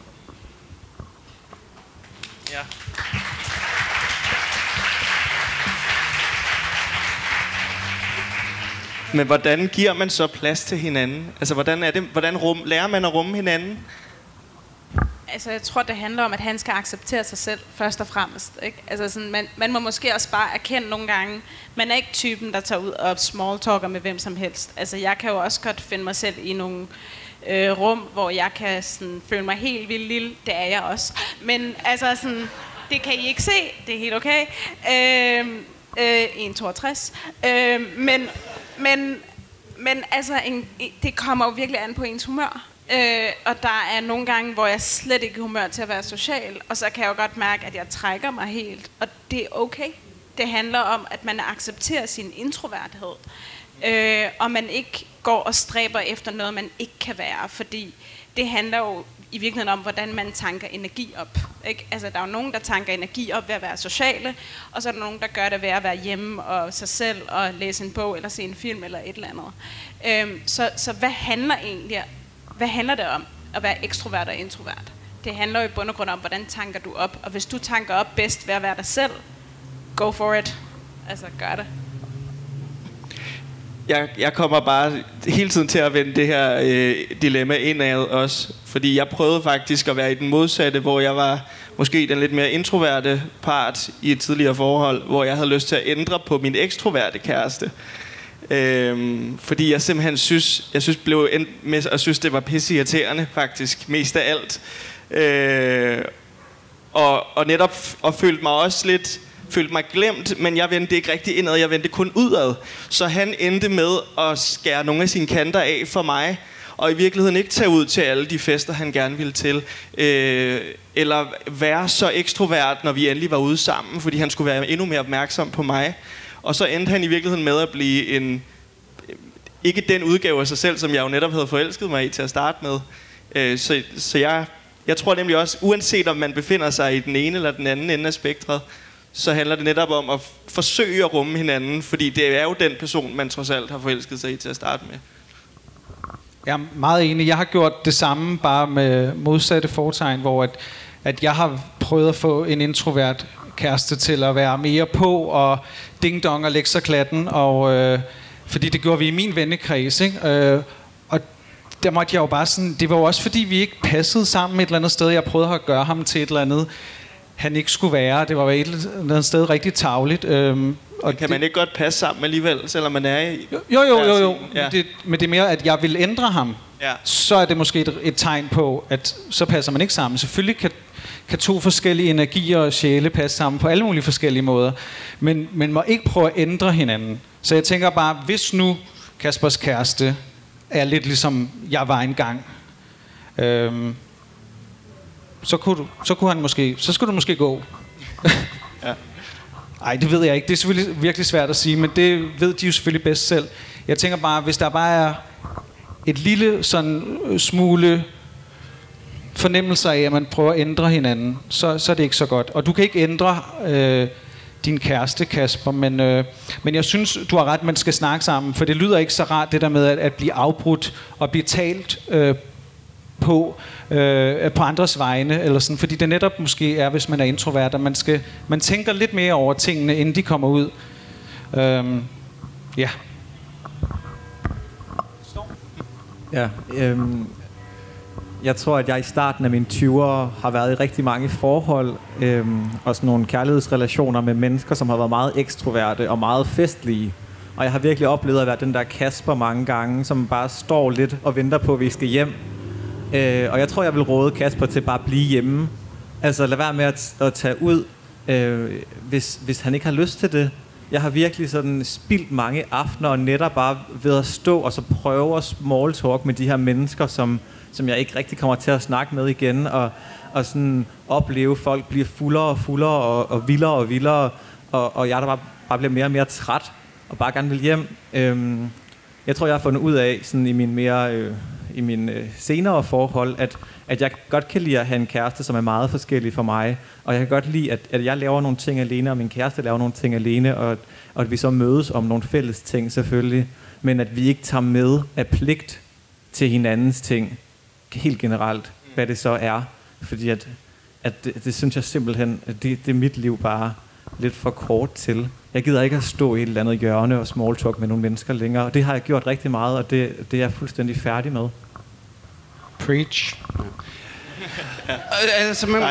Ja. Men hvordan giver man så plads til hinanden? Altså, hvordan, er det, hvordan rum, lærer man at rumme hinanden? Altså, jeg tror, det handler om, at han skal acceptere sig selv, først og fremmest. Ikke? Altså, sådan, man, man må måske også bare erkende nogle gange, man er ikke typen, der tager ud og smalltalker med hvem som helst. Altså, jeg kan jo også godt finde mig selv i nogle øh, rum, hvor jeg kan sådan, føle mig helt vildt lille. Det er jeg også. Men altså, sådan, det kan I ikke se. Det er helt okay. Øh, øh, en komma toogtres. Øh, men, men, men altså, en, det kommer jo virkelig an på ens humør. Øh, og der er nogle gange, hvor jeg slet ikke er humør til at være social, og så kan jeg jo godt mærke, at jeg trækker mig helt, og det er okay. Det handler om, at man accepterer sin introverthed, øh, og man ikke går og stræber efter noget, man ikke kan være, fordi det handler jo i virkeligheden om, hvordan man tanker energi op. Ikke? Altså, der er jo nogen, der tanker energi op ved at være sociale, og så er der nogen, der gør det ved at være hjemme og sig selv og læse en bog eller se en film eller et eller andet. Øh, så, så hvad handler egentlig Hvad handler det om at være ekstrovert og introvert? Det handler jo i bund og grund om, hvordan tanker du op. Og hvis du tanker op bedst ved at være dig selv, go for it. Altså, gør det. Jeg, jeg kommer bare hele tiden til at vende det her øh, dilemma indad også. Fordi jeg prøvede faktisk at være i den modsatte, hvor jeg var måske den lidt mere introverte part i et tidligere forhold, hvor jeg havde lyst til at ændre på min ekstroverte kæreste. Øhm, fordi jeg simpelthen synes jeg synes blev endt med at synes det var pisseirriterende faktisk mest af alt, øh, og og netop og følte mig også lidt følte mig glemt, men jeg vendte ikke rigtig indad, jeg vendte kun udad. Så han endte med at skære nogle af sine kanter af for mig, og i virkeligheden ikke tage ud til alle de fester, han gerne ville til, øh, eller være så ekstrovert, når vi endelig var ude sammen, fordi han skulle være endnu mere opmærksom på mig. Og så endte han i virkeligheden med at blive en ikke den udgave af sig selv, som jeg jo netop havde forelsket mig i til at starte med. Øh, så så jeg, jeg tror nemlig også, uanset om man befinder sig i den ene eller den anden ende af spektret, så handler det netop om at forsøge at rumme hinanden, fordi det er jo den person, man trods alt har forelsket sig i til at starte med. Jeg er meget enig. Jeg har gjort det samme, bare med modsatte fortegn, hvor at, at jeg har prøvet at få en introvert kæreste til at være mere på og ding-dong og lægge sig klatten, og, øh, fordi det gjorde vi i min vennekreds, ikke? Øh, og der måtte jeg jo bare sådan, det var jo også fordi vi ikke passede sammen et eller andet sted. Jeg prøvede at gøre ham til et eller andet, han ikke skulle være. Det var et eller andet sted rigtig tarveligt. Øhm, og kan det, man ikke godt passe sammen alligevel, selvom man er i... Jo, jo, jo, jo, jo. Ja. Det, men det er mere, at jeg vil ændre ham. Ja. Så er det måske et, et tegn på, at så passer man ikke sammen. Selvfølgelig kan kan to forskellige energier og sjæle passe sammen på alle mulige forskellige måder. Men man må ikke prøve at ændre hinanden. Så jeg tænker bare, hvis nu Kaspers kæreste er lidt ligesom jeg var engang, øhm, så kunne, du, så kunne han måske, så skulle du måske gå. Ja. Ej, det ved jeg ikke. Det er selvfølgelig virkelig svært at sige, men det ved de jo selvfølgelig bedst selv. Jeg tænker bare, hvis der bare er et lille sådan smule fornemmelser af, at man prøver at ændre hinanden, så, så er det ikke så godt. Og du kan ikke ændre øh, din kæreste, Kasper, men, øh, men jeg synes, du har ret, man skal snakke sammen, for det lyder ikke så rart, det der med at, at blive afbrudt og blive talt øh, på, øh, på andres vegne, eller sådan, fordi det netop måske er, hvis man er introvert, at man, skal, man tænker lidt mere over tingene, inden de kommer ud. Øhm, ja. Ja, øhm, jeg tror, at jeg i starten af mine tyvere har været i rigtig mange forhold, øhm, og sådan nogle kærlighedsrelationer med mennesker, som har været meget ekstroverte og meget festlige. Og jeg har virkelig oplevet at være den der Kasper mange gange, som bare står lidt og venter på, at vi skal hjem. Øh, og jeg tror, jeg vil råde Kasper til bare at blive hjemme. Altså lad være med at, at tage ud, øh, hvis, hvis han ikke har lyst til det. Jeg har virkelig sådan spildt mange aftener og nætter bare ved at stå og så prøve at small talk med de her mennesker, som, som jeg ikke rigtig kommer til at snakke med igen. Og, og sådan opleve folk blive fuldere og fuldere og, og vildere og vildere. Og, og jeg der bare, bare bliver mere og mere træt og bare gerne vil hjem. Øhm, jeg tror, jeg har fundet ud af sådan i min mere... Øh, i mine øh, senere forhold, at, at jeg godt kan lide at have en kæreste, som er meget forskellig for mig, og jeg kan godt lide, at, at jeg laver nogle ting alene, og min kæreste laver nogle ting alene, og, og at vi så mødes om nogle fælles ting selvfølgelig, men at vi ikke tager med af pligt til hinandens ting, helt generelt, hvad det så er, fordi at, at det, det synes jeg simpelthen, at det, det er mit liv bare lidt for kort til. Jeg gider ikke at stå i et eller andet hjørne og small talk med nogle mennesker længere, og det har jeg gjort rigtig meget, og det, det er jeg fuldstændig færdig med. Preach. Ja. Altså, man...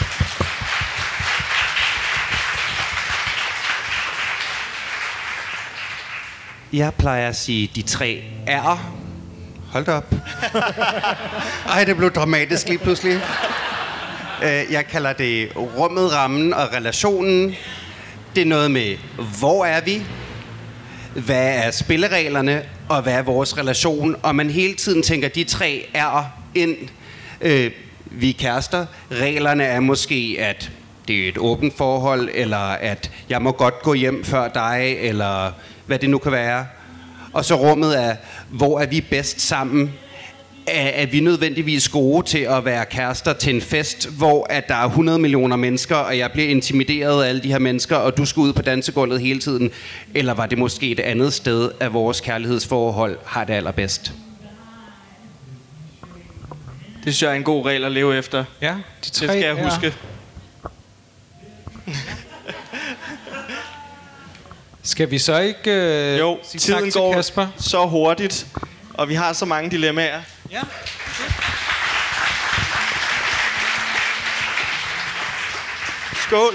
Jeg plejer at sige de tre R'er. Hold da op. Ej, det blev dramatisk lige pludselig. Jeg kalder det rummet, rammen og relationen. Det er noget med, hvor er vi? Hvad er spillereglerne? Og hvad er vores relation? Og man hele tiden tænker de tre R'er ind. Øh, vi er kærester. Reglerne er måske, at det er et åbent forhold, eller at jeg må godt gå hjem før dig, eller hvad det nu kan være. Og så rummet er, hvor er vi bedst sammen? Er, er vi nødvendigvis gode til at være kærester til en fest, hvor at der er hundrede millioner mennesker, og jeg bliver intimideret af alle de her mennesker, og du skal ud på dansegulvet hele tiden? Eller var det måske et andet sted, at vores kærlighedsforhold har det allerbedst? Det synes jeg er en god regel at leve efter. Ja, de tre det skal jeg er... huske. Skal vi så ikke øh, jo, sige tiden tak til går Kasper? Så hurtigt, og vi har så mange dilemmaer. Ja. Skål.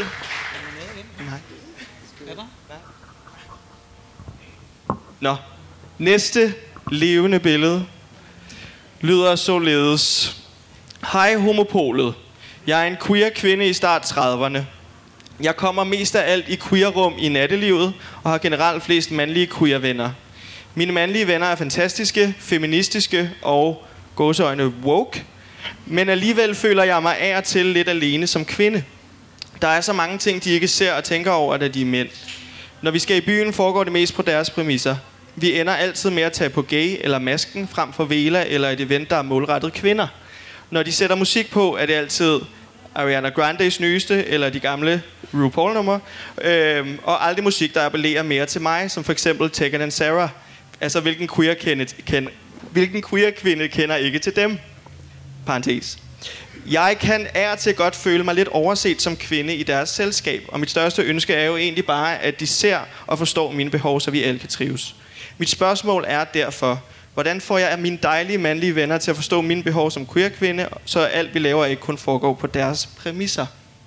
Nå, næste levende billede lyder således. Hej homopolet. Jeg er en queer kvinde i start trediverne. Jeg kommer mest af alt i queerrum i nattelivet og har generelt flest mandlige queer-venner. Mine mandlige venner er fantastiske, feministiske og gåseøjne woke, men alligevel føler jeg mig af og til lidt alene som kvinde. Der er så mange ting, de ikke ser og tænker over, da de er mænd. Når vi skal i byen, foregår det mest på deres præmisser. Vi ender altid med at tage på Gay eller Masken frem for Vela eller et event, der er målrettet kvinder. Når de sætter musik på, er det altid Ariana Grandes nyeste eller de gamle RuPaul-numre, øhm, og aldrig musik, der appellerer mere til mig, som for eksempel Tegan and Sarah. Altså, hvilken queer, kende, ken, hvilken queer kvinde kender ikke til dem? Parenthes. Jeg kan af og til godt føle mig lidt overset som kvinde i deres selskab, og mit største ønske er jo egentlig bare, at de ser og forstår mine behov, så vi alle kan trives. Mit spørgsmål er derfor, hvordan får jeg mine dejlige mandlige venner til at forstå mine behov som queer kvinde, så alt vi laver ikke kun foregår på deres præmisser?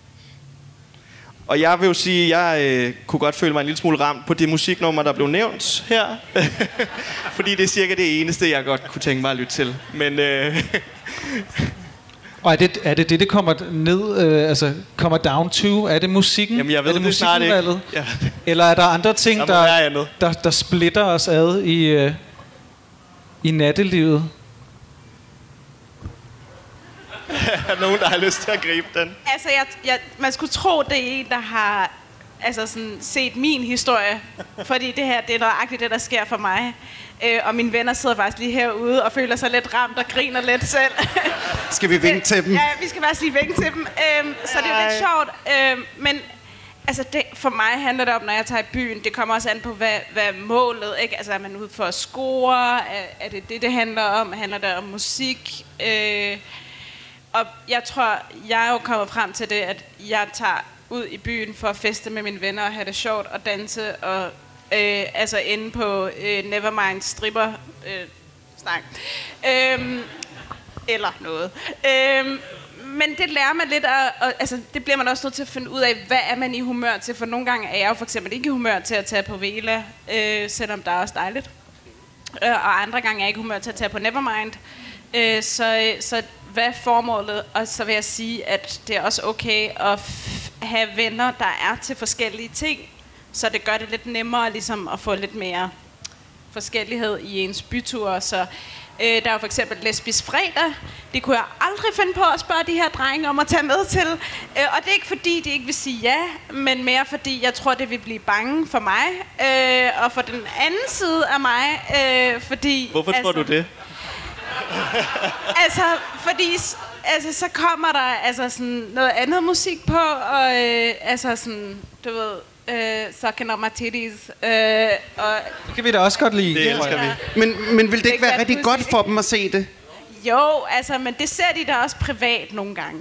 Og jeg vil jo sige, at jeg øh, kunne godt føle mig en lille smule ramt på det musiknummer, der blev nævnt her. Fordi det er cirka det eneste, jeg godt kunne tænke mig at lytte til. Men... Øh Og er det, er det det, det kommer ned, øh, altså kommer down to? Er det musikken? Jamen, jeg ved er det, det snart ikke. Ja. Eller er der andre ting, der, der, der, der splitter os ad i, øh, i nattelivet? Er nogen, der har lyst til at gribe den? Altså, jeg, jeg, man skulle tro, det er en, der har altså sådan, set min historie. Fordi det her, det er nøjagtigt det, der sker for mig. Øh, og mine venner sidder faktisk lige herude og føler sig lidt ramt og griner lidt selv. Skal vi vinke til dem? Ja, vi skal faktisk lige vinke til dem. Øh, så det er lidt sjovt. Øh, men altså, det, for mig handler det om, når jeg tager i byen, det kommer også an på, hvad, hvad målet, ikke? Altså, er man ude for at score? Er, er det det, det handler om? Handler det om musik? Øh, og jeg tror, jeg er jo kommet frem til det, at jeg tager ud i byen for at feste med mine venner og have det sjovt og danse og øh, altså inde på øh, Nevermind stripper øh, snak. Øh, eller noget. Øh, Men det lærer man lidt, og, og altså, det bliver man også nødt til at finde ud af, hvad er man i humør til. For nogle gange er jeg jo for eksempel ikke i humør til at tage på Vela, øh, selvom der er også dejligt. Øh, og andre gange er jeg ikke i humør til at tage på Nevermind. Øh, så, så hvad er formålet? Og så vil jeg sige, at det er også okay at f- have venner, der er til forskellige ting. Så det gør det lidt nemmere ligesom, at få lidt mere forskellighed i ens byture. Så Øh, der er jo for eksempel lesbisk fredag. Det kunne jeg aldrig finde på at spørge de her drenge om at tage med til. Øh, og det er ikke fordi, de ikke vil sige ja, men mere fordi, jeg tror, det vil blive bange for mig. Øh, og for den anden side af mig. Øh, fordi, Hvorfor altså, tror du det? altså, fordi altså, så kommer der altså, sådan noget andet musik på. Og øh, altså sådan, du ved... Øh, sucking on my titties. Øh, og Det kan vi da også godt lide. Det elsker vi. Men, men vil det ikke være Ikke rigtig hvad godt musik. for dem at se det? jo, altså, men det ser de da også privat nogle gange.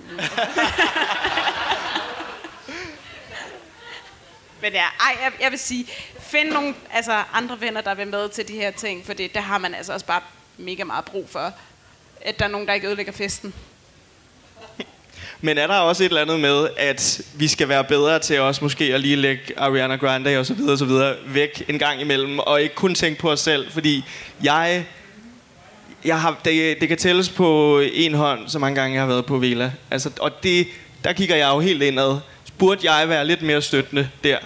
Men ja, ej, jeg, jeg vil sige, find nogle altså, andre venner, der vil med til de her ting, for det, det har man altså også bare mega meget brug for. At der er nogen, der ikke ødelægger festen. Men er der også et eller andet med, at vi skal være bedre til os måske at lige lægge Ariana Grande og så videre, og så videre væk en gang imellem, og ikke kun tænke på os selv, fordi jeg, jeg har, det, det kan tælles på en hånd, så mange gange jeg har været på Vela. Altså, og det, der kigger jeg jo helt indad. Burde jeg være lidt mere støttende der?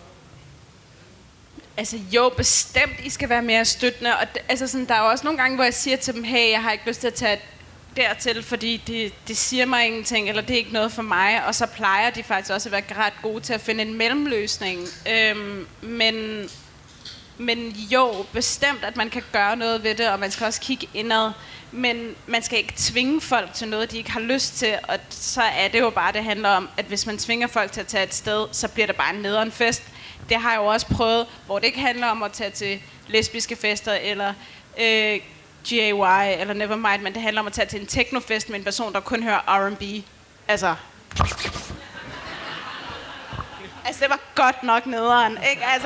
Altså jo, bestemt, I skal være mere støttende. Og d- altså, sådan, der er jo også nogle gange, hvor jeg siger til dem, hey, jeg har ikke lyst til at tage dertil, fordi det, det siger mig ingenting, eller det er ikke noget for mig. Og så plejer de faktisk også at være ret gode til at finde en mellemløsning. Øhm, men, men jo, bestemt, at man kan gøre noget ved det, og man skal også kigge indad. Men man skal ikke tvinge folk til noget, de ikke har lyst til. Og så er det jo bare, det handler om, at hvis man tvinger folk til at tage et sted, så bliver det bare en nederen fest. Det har jeg jo også prøvet, hvor det ikke handler om at tage til lesbiske fester, eller øh, G A Y, eller Nevermind, men det handler om at tage til en technofest med en person, der kun hører R and B. Altså... Altså, det var godt nok nederen, ikke? Altså...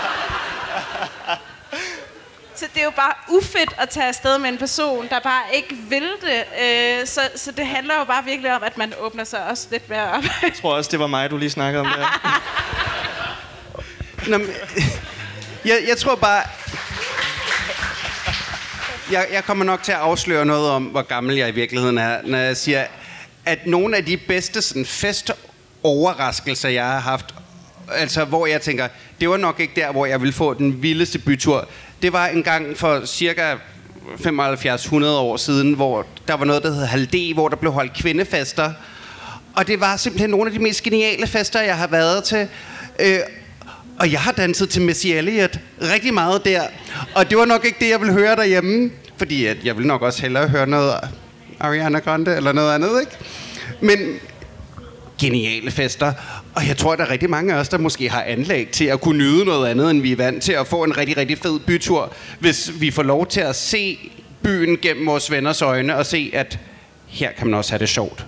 Så det er jo bare ufedt at tage afsted med en person, der bare ikke vil det. Øh, så, så det handler jo bare virkelig om, at man åbner sig også lidt mere op. Jeg tror også, det var mig, du lige snakkede om der. Nå, men, jeg, jeg tror bare... Jeg, jeg kommer nok til at afsløre noget om, hvor gammel jeg i virkeligheden er, når jeg siger, at nogle af de bedste sådan, festoverraskelser, jeg har haft, altså hvor jeg tænker, det var nok ikke der, hvor jeg ville få den vildeste bytur. Det var en gang for cirka femoghalvfjerds hundrede år siden, hvor der var noget, der hed Halde, hvor der blev holdt kvindefester. Og det var simpelthen nogle af de mest geniale fester, jeg har været til. Øh, og jeg har danset til Missy Elliott rigtig meget der. Og det var nok ikke det, jeg ville høre derhjemme. Fordi at jeg ville nok også hellere høre noget Ariana Grande eller noget andet, ikke? Men geniale fester. Og jeg tror, der er rigtig mange af os, der måske har anlæg til at kunne nyde noget andet, end vi er vant til at få en rigtig, rigtig fed bytur, hvis vi får lov til at se byen gennem vores venners øjne og se, at her kan man også have det sjovt.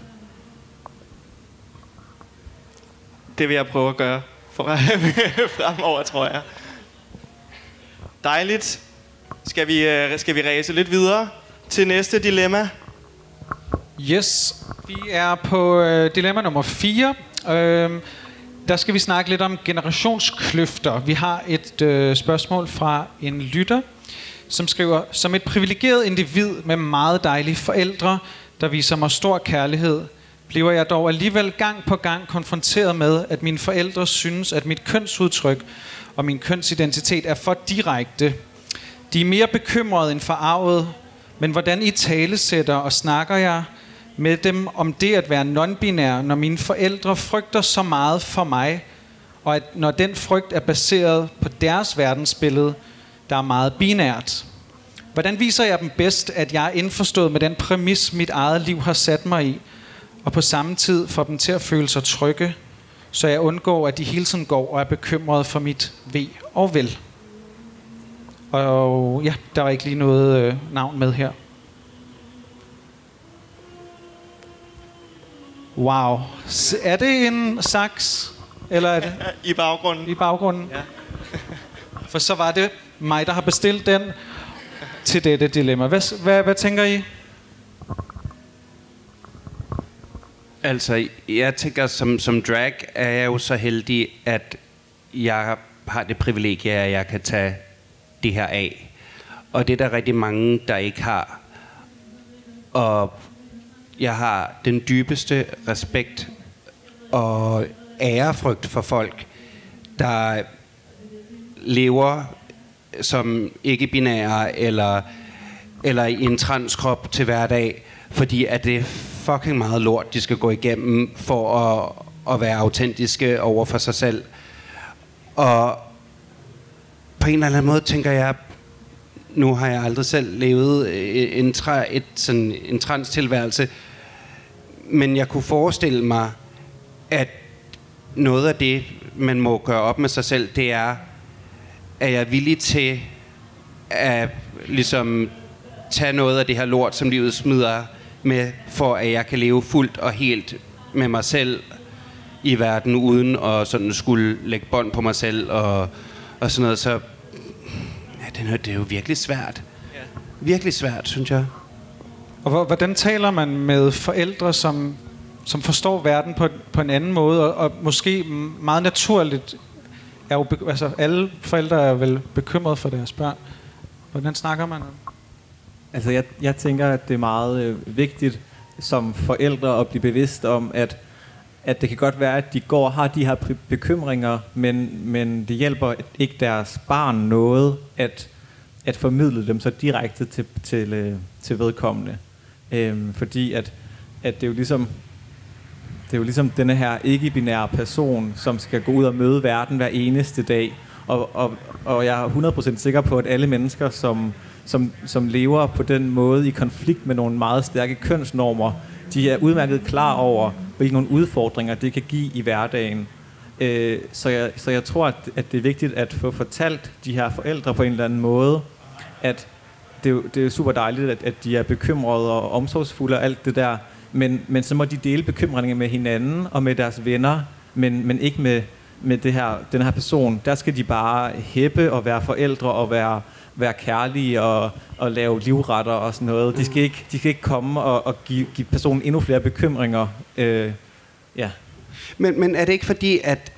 Det vil jeg prøve at gøre for fremover, tror jeg. Dejligt. Skal vi, øh, skal vi ræse lidt videre til næste dilemma? Yes, vi er på øh, dilemma nummer fire. Øhm, der skal vi snakke lidt om generationskløfter. Vi har et øh, spørgsmål fra en lytter, som skriver: som et privilegeret individ med meget dejlige forældre, der viser mig stor kærlighed, bliver jeg dog alligevel gang på gang konfronteret med, at mine forældre synes, at mit kønsudtryk og min kønsidentitet er for direkte. De er mere bekymrede end forarvet, men hvordan I talesætter og snakker jeg med dem om det at være non-binær, når mine forældre frygter så meget for mig, og at når den frygt er baseret på deres verdensbillede, der er meget binært. Hvordan viser jeg dem bedst, at jeg er indforstået med den præmis, mit eget liv har sat mig i, og på samme tid får dem til at føle sig trygge, så jeg undgår, at de hele tiden går og er bekymrede for mit ve og vel. Og ja, der var ikke lige noget øh, navn med her. Wow. S- er det en saks? Eller er det I baggrunden. i baggrunden? Ja. For så var det mig, der har bestilt den til dette dilemma. Hvad, hvad, hvad tænker I? Altså, jeg tænker, som, som drag er jeg jo så heldig, at jeg har det privilegie, at jeg kan tage det her af. Og det er der rigtig mange, der ikke har. Og jeg har den dybeste respekt og ærefrygt for folk, der lever som ikke-binære eller, eller i en transkrop til hverdag, fordi at det er fucking meget lort, de skal gå igennem for at, at være autentiske over for sig selv. Og på en eller anden måde tænker jeg, nu har jeg aldrig selv levet en, tra, et, sådan, en trans-tilværelse, men jeg kunne forestille mig, at noget af det, man må gøre op med sig selv, det er, at jeg er villig til at ligesom tage noget af det her lort, som livet smider med, for at jeg kan leve fuldt og helt med mig selv i verden, uden at sådan skulle lægge bånd på mig selv og, og sådan noget. Så ja, det, er, det er jo virkelig svært. Ja. Virkelig svært, synes jeg. Og hvordan taler man med forældre, som, som forstår verden på, på en anden måde, og, og måske meget naturligt er jo, altså alle forældre er vel bekymrede for deres børn. Hvordan snakker man om? Altså jeg, jeg tænker, at det er meget øh, vigtigt som forældre at blive bevidst om, at, at det kan godt være, at de går og har de her bekymringer, men, men det hjælper ikke deres barn noget at, at formidle dem så direkte til, til, øh, til vedkommende. Øhm, fordi at, at det er jo ligesom det er jo ligesom denne her ikke-binære person, som skal gå ud og møde verden hver eneste dag. Og, og, og jeg er hundrede procent sikker på, at alle mennesker, som, som, som lever på den måde i konflikt med nogle meget stærke kønsnormer, de er udmærket klar over, hvilke nogle udfordringer det kan give i hverdagen. Øh, så, jeg, så jeg tror, at, at det er vigtigt at få fortalt de her forældre på en eller anden måde, at det er jo, det er super dejligt, at, at de er bekymrede og omsorgsfulde og alt det der, men, men så må de dele bekymringer med hinanden og med deres venner, men, men ikke med, med det her, den her person. Der skal de bare hæppe og være forældre og være, være kærlige og, og lave livretter og sådan noget. De skal ikke, de skal ikke komme og, og give, give personen endnu flere bekymringer. Øh, ja. Men, men er det ikke fordi, at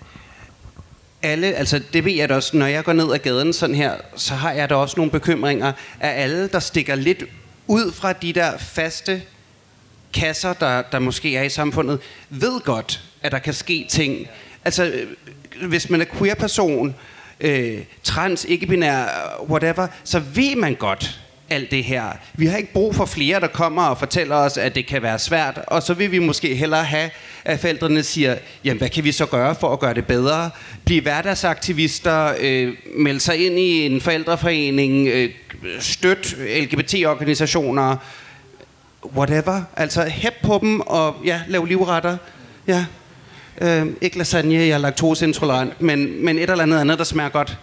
alle, altså det ved jeg da også, når jeg går ned ad gaden sådan her, så har jeg da også nogle bekymringer af alle, der stikker lidt ud fra de der faste kasser, der, der måske er i samfundet, ved godt, at der kan ske ting. Altså, hvis man er queer-person, øh, trans, ikke-binær, whatever, så ved man godt alt det her. Vi har ikke brug for flere, der kommer og fortæller os, at det kan være svært, og så vil vi måske hellere have, at forældrene siger, jamen hvad kan vi så gøre for at gøre det bedre? Blive hverdagsaktivister, øh, melde sig ind i en forældreforening, øh, støt L G B T-organisationer, whatever. Altså hæb på dem og ja, lave livretter. Ja. Øh, ikke lasagne, jeg er laktoseintolerant, men, men et eller andet andet, der smager godt.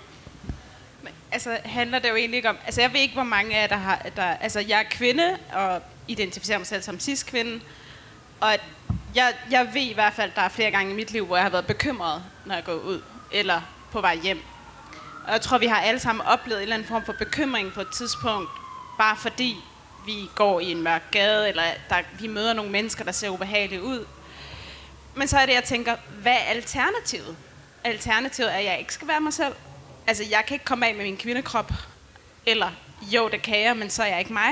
Altså handler det jo egentlig ikke om, altså jeg ved ikke, hvor mange af jer, der har, der, altså jeg er kvinde, og identificerer mig selv som cis-kvinde, og jeg, jeg ved i hvert fald, der er flere gange i mit liv, hvor jeg har været bekymret, når jeg går ud, eller på vej hjem. Og jeg tror, vi har alle sammen oplevet en eller anden form for bekymring på et tidspunkt, bare fordi vi går i en mørk gade, eller der, vi møder nogle mennesker, der ser ubehagelige ud. Men så er det, jeg tænker, hvad er alternativet? Alternativet er, at jeg ikke skal være mig selv. Altså, jeg kan ikke komme af med min kvindekrop. Eller, jo, det kan jeg, men så er jeg ikke mig.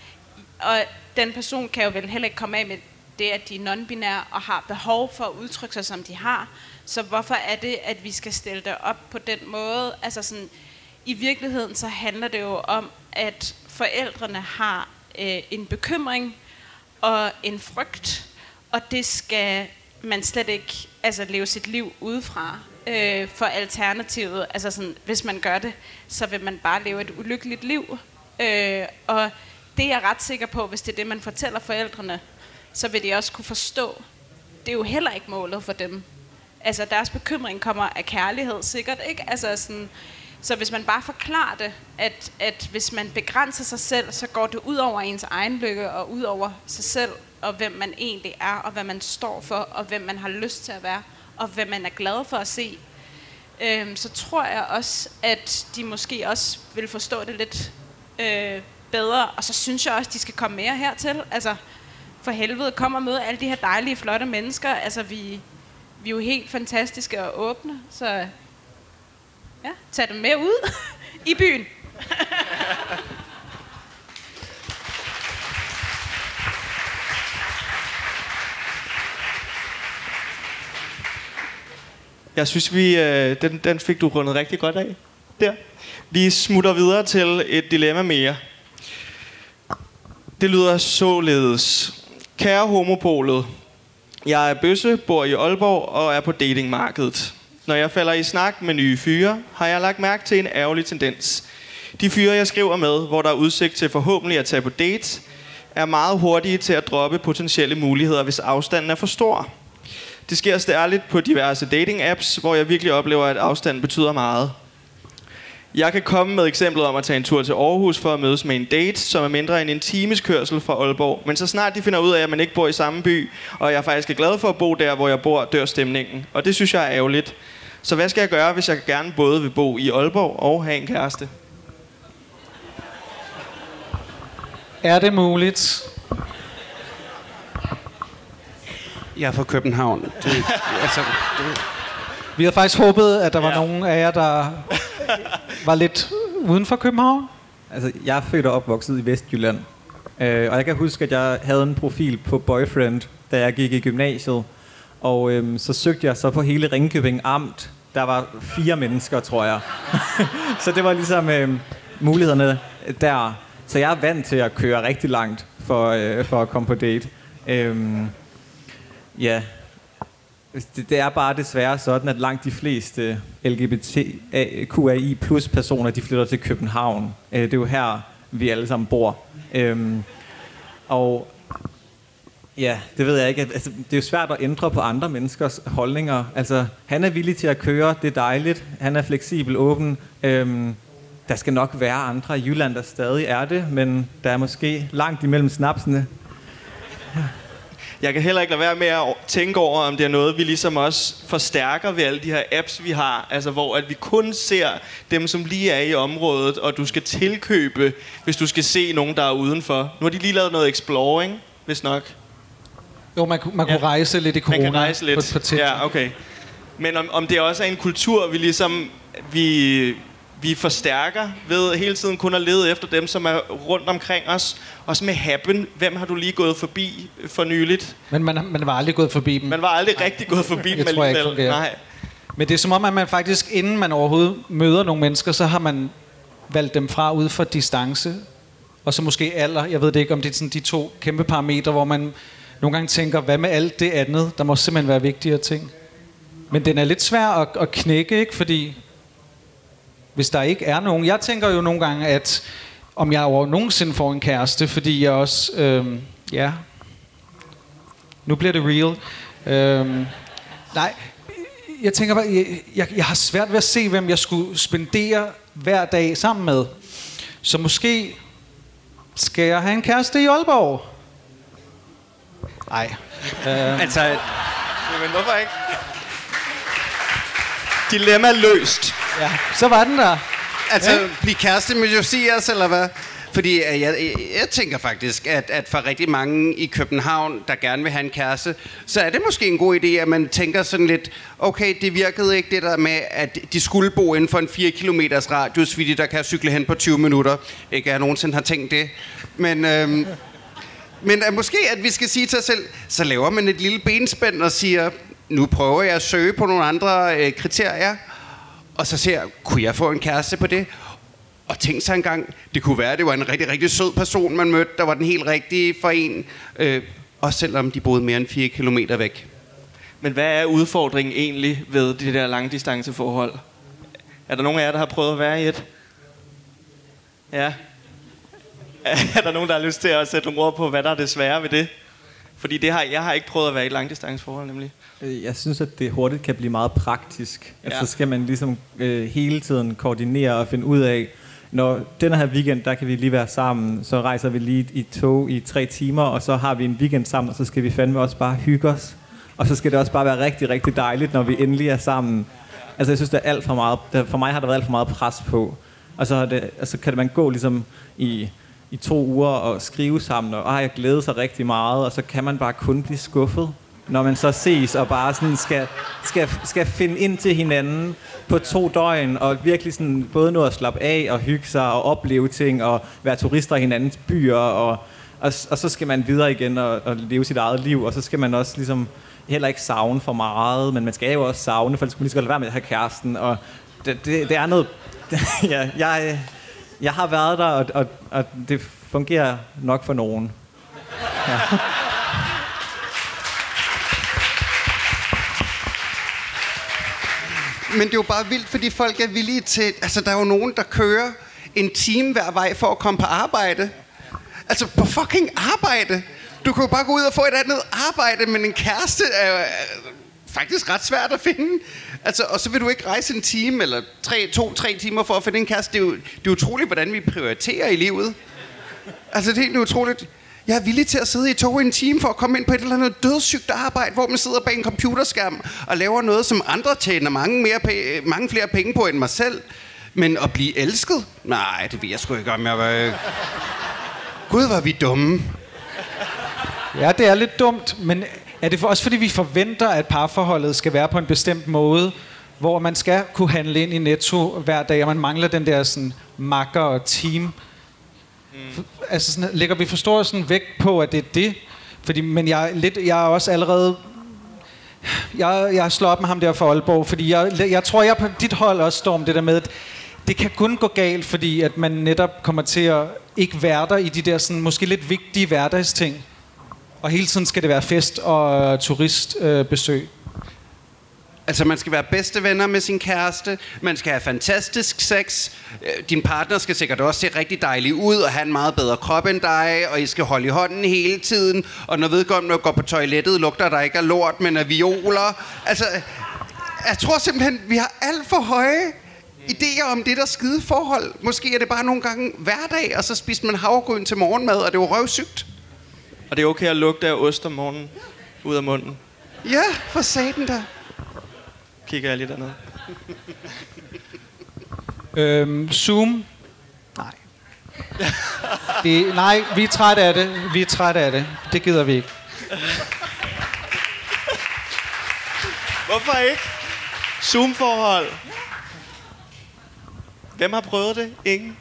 Og den person kan jo vel heller ikke komme af med det, at de er non-binære og har behov for at udtrykke sig, som de har. Så hvorfor er det, at vi skal stille det op på den måde? Altså sådan, i virkeligheden så handler det jo om, at forældrene har øh, en bekymring, og en frygt, og det skal man slet ikke altså, leve sit liv udefra. Øh, for alternativet, altså sådan, hvis man gør det, så vil man bare leve et ulykkeligt liv. Øh, og det er jeg ret sikker på, hvis det er det, man fortæller forældrene, så vil de også kunne forstå. Det er jo heller ikke målet for dem. Altså deres bekymring kommer af kærlighed, sikkert, ikke? Altså sådan, så hvis man bare forklarer det, at, at hvis man begrænser sig selv, så går det ud over ens egen lykke, og ud over sig selv, og hvem man egentlig er, og hvad man står for, og hvem man har lyst til at være, og hvem man er glad for at se, øhm, så tror jeg også, at de måske også vil forstå det lidt øh, bedre. Og så synes jeg også, at de skal komme mere hertil. Altså, for helvede, kom og møde alle de her dejlige, flotte mennesker. Altså, vi, vi er jo helt fantastiske og åbne, så ja, tag dem med ud i byen. Jeg synes, vi øh, den, den fik du rundet rigtig godt af. Der. Vi smutter videre til et dilemma mere. Det lyder således. Kære homopolet, jeg er bøsse, bor i Aalborg og er på datingmarkedet. Når jeg falder i snak med nye fyre, har jeg lagt mærke til en ærgerlig tendens. De fyre, jeg skriver med, hvor der er udsigt til forhåbentlig at tage på date, er meget hurtige til at droppe potentielle muligheder, hvis afstanden er for stor. Det sker stærligt på diverse dating-apps, hvor jeg virkelig oplever, at afstanden betyder meget. Jeg kan komme med eksemplet om at tage en tur til Aarhus for at mødes med en date, som er mindre end en times kørsel fra Aalborg. Men så snart de finder ud af, at man ikke bor i samme by, og jeg faktisk er glad for at bo der, hvor jeg bor, dør stemningen. Og det synes jeg er ærgerligt. Så hvad skal jeg gøre, hvis jeg gerne både vil bo i Aalborg og have en kæreste? Er det muligt? Jeg er fra København. Det, altså, det. Vi havde faktisk håbet, at der var Ja. nogen af jer, der var lidt uden for København. Altså, jeg er født og opvokset i Vestjylland. Øh, og jeg kan huske, at jeg havde en profil på Boyfriend, da jeg gik i gymnasiet. Og øhm, så søgte jeg så på hele Ringkøbing Amt. Der var fire mennesker, tror jeg. Så det var ligesom øhm, mulighederne der. Så jeg er vant til at køre rigtig langt for, øh, for at komme på date. Øhm, ja... Det, det er bare desværre sådan, at langt de fleste L G B T Q A I plus personer, de flytter til København. Øh, det er jo her, vi alle sammen bor. Øhm, og ja, det ved jeg ikke. Altså, det er jo svært at ændre på andre menneskers holdninger. Altså, han er villig til at køre, det er dejligt. Han er fleksibel, åben. Øhm, der skal nok være andre i Jylland, der stadig er det, men der er måske langt imellem snapsene. Jeg kan heller ikke lade være med at tænke over, om det er noget, vi ligesom også forstærker ved alle de her apps, vi har. Altså, hvor at vi kun ser dem, som lige er i området, og du skal tilkøbe, hvis du skal se nogen, der er udenfor. Nu har de lige lavet noget exploring, hvis nok. Jo, man, man Ja. kunne rejse lidt i corona. Man kan rejse lidt. På, på TikTok. Ja, okay. Men om, om det også er en kultur, vi ligesom... Vi, vi forstærker ved hele tiden kun at lede efter dem, som er rundt omkring os. Også med happen. Hvem har du lige gået forbi for nyligt? Men man, man var aldrig gået forbi dem. Man var aldrig Nej. rigtig gået forbi dem Jeg tror ikke, alligevel. fungerer. Nej. Men det er som om, at man faktisk, inden man overhovedet møder nogle mennesker, så har man valgt dem fra ud for distance. Og så måske alder. Jeg ved det ikke, om det er sådan de to kæmpe parametre, hvor man nogle gange tænker, hvad med alt det andet? Der må simpelthen være vigtigere ting. Men den er lidt svær at, at knække, ikke? Fordi hvis der ikke er nogen... Jeg tænker jo nogle gange, at om jeg over nogensinde får en kæreste, fordi jeg også... Øhm, ja... Nu bliver det real. Øhm, nej, jeg tænker bare... Jeg, jeg, jeg har svært ved at se, hvem jeg skulle spendere hver dag sammen med. Så måske skal jeg have en kæreste i Aalborg. Nej. Øhm, Altså, Men hvorfor ikke? Dilemma løst. ja, så var den der. altså blive kæreste med Josias, eller hvad? Fordi øh, jeg, jeg, jeg tænker faktisk, at, at for rigtig mange i København, der gerne vil have en kæreste, så er det måske en god idé, at man tænker sådan lidt, okay, det virkede ikke det der med, at de skulle bo inden for en fire kilometers radius, fordi der kan cykle hen på tyve minutter. Ikke at jeg nogensinde har tænkt det. Men, øhm, men at måske, at vi skal sige til os selv, så laver man et lille benspænd og siger, nu prøver jeg at søge på nogle andre øh, kriterier, og så ser jeg, kunne jeg få en kæreste på det? Og tænk sig engang, det kunne være, at det var en rigtig, rigtig sød person, man mødte, der var den helt rigtige for en. Øh, også selvom de boede mere end fire kilometer væk. Men hvad er udfordringen egentlig ved de der langdistanceforhold? Er der nogen af jer, der har prøvet at være i et? Ja. Er der nogen, der har lyst til at sætte nogle ord på, hvad der er det svære ved det? Fordi det har, jeg har ikke prøvet at være i et langdistanceforhold, nemlig. Jeg synes, at det hurtigt kan blive meget praktisk. Ja. Altså, så skal man ligesom øh, hele tiden koordinere og finde ud af, når denne her weekend, der kan vi lige være sammen, så rejser vi lige i tog i tre timer, og så har vi en weekend sammen, og så skal vi fandme også bare hygge os. Og så skal det også bare være rigtig, rigtig dejligt, når vi endelig er sammen. Altså, jeg synes, det er alt for meget, for mig har der været alt for meget pres på. Og så, det, altså, kan man gå ligesom i... i to uger og skrive sammen, og jeg glæder sig rigtig meget, og så kan man bare kun blive skuffet, når man så ses og bare sådan skal, skal, skal finde ind til hinanden på to døgn, og virkelig sådan både nå at slappe af og hygge sig og opleve ting, og være turister i hinandens byer, og, og, og så skal man videre igen og, og leve sit eget liv, og så skal man også ligesom heller ikke savne for meget, men man skal jo også savne, for ellers skulle man lige så godt lade være med at have kæresten, og det, det, det er noget... ja, jeg... Jeg har været der, og, og, og det fungerer nok for nogen. Ja. Men det er jo bare vildt, fordi folk er villige til... Altså, der er jo nogen, der kører en time hver vej for at komme på arbejde. Altså, på fucking arbejde! Du kan jo bare gå ud og få et andet arbejde, men en kæreste er, er faktisk ret svært at finde. Altså, og så vil du ikke rejse en time, eller tre, to, tre timer for at finde en kæreste. Det er jo, det er utroligt, hvordan vi prioriterer i livet. Altså, det er helt utroligt. Jeg er villig til at sidde i tog en time for at komme ind på et eller andet dødssygt arbejde, hvor man sidder bag en computerskærm og laver noget, som andre tjener mange, mere pæ- mange flere penge på end mig selv. Men at blive elsket? Nej, det ved jeg sgu ikke om. Jeg var... Gud, var vi dumme. Ja, det er lidt dumt, men er det for, også fordi vi forventer, at parforholdet skal være på en bestemt måde, hvor man skal kunne handle ind i Netto hver dag, og man mangler den der sådan makker og team. Mm. Altså sådan, lægger vi forstår sådan vægt på, at det er det? Fordi, men jeg er, lidt, jeg er også allerede... Jeg, jeg slår op med ham der fra Aalborg, fordi jeg, jeg tror, jeg er på dit hold også, Storm, det der med, at det kan kun gå galt, fordi at man netop kommer til at ikke være der i de der sådan, måske lidt vigtige hverdagsting. Og hele tiden skal det være fest og turistbesøg. Øh, altså, man skal være bedste venner med sin kæreste. Man skal have fantastisk sex. Din partner skal sikkert også se rigtig dejlig ud og have en meget bedre krop end dig. Og I skal holde i hånden hele tiden. Og når vedkommende går på toilettet, lugter der ikke af lort, men af violer. Altså, jeg tror simpelthen, vi har alt for høje idéer om det der skide forhold. Måske er det bare nogle gange hverdag, og så spiser man havregryn til morgenmad, og det er jo røvsygt. Og det er okay at lugte af ost om morgenen ud af munden. Ja, for satan da. Kigger jeg lige dernede. øhm, Zoom. Nej. det, nej, vi er trætte af det. Vi er trætte af det. Det gider vi ikke. Hvorfor ikke? Zoom-forhold. Hvem har prøvet det? Ingen.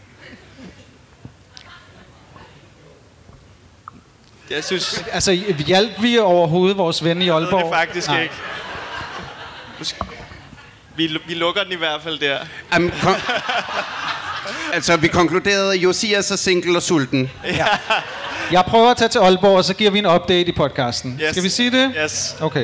Jeg synes... Altså, hjalp vi overhovedet vores ven i Aalborg? Det er faktisk Nej. ikke. Vi, vi lukker den i hvert fald der. Um, kon- altså, vi konkluderede, at Josias er single og sulten. Ja. Jeg prøver at tage til Aalborg, og så giver vi en update i podcasten. Yes. Skal vi sige det? Yes. Okay.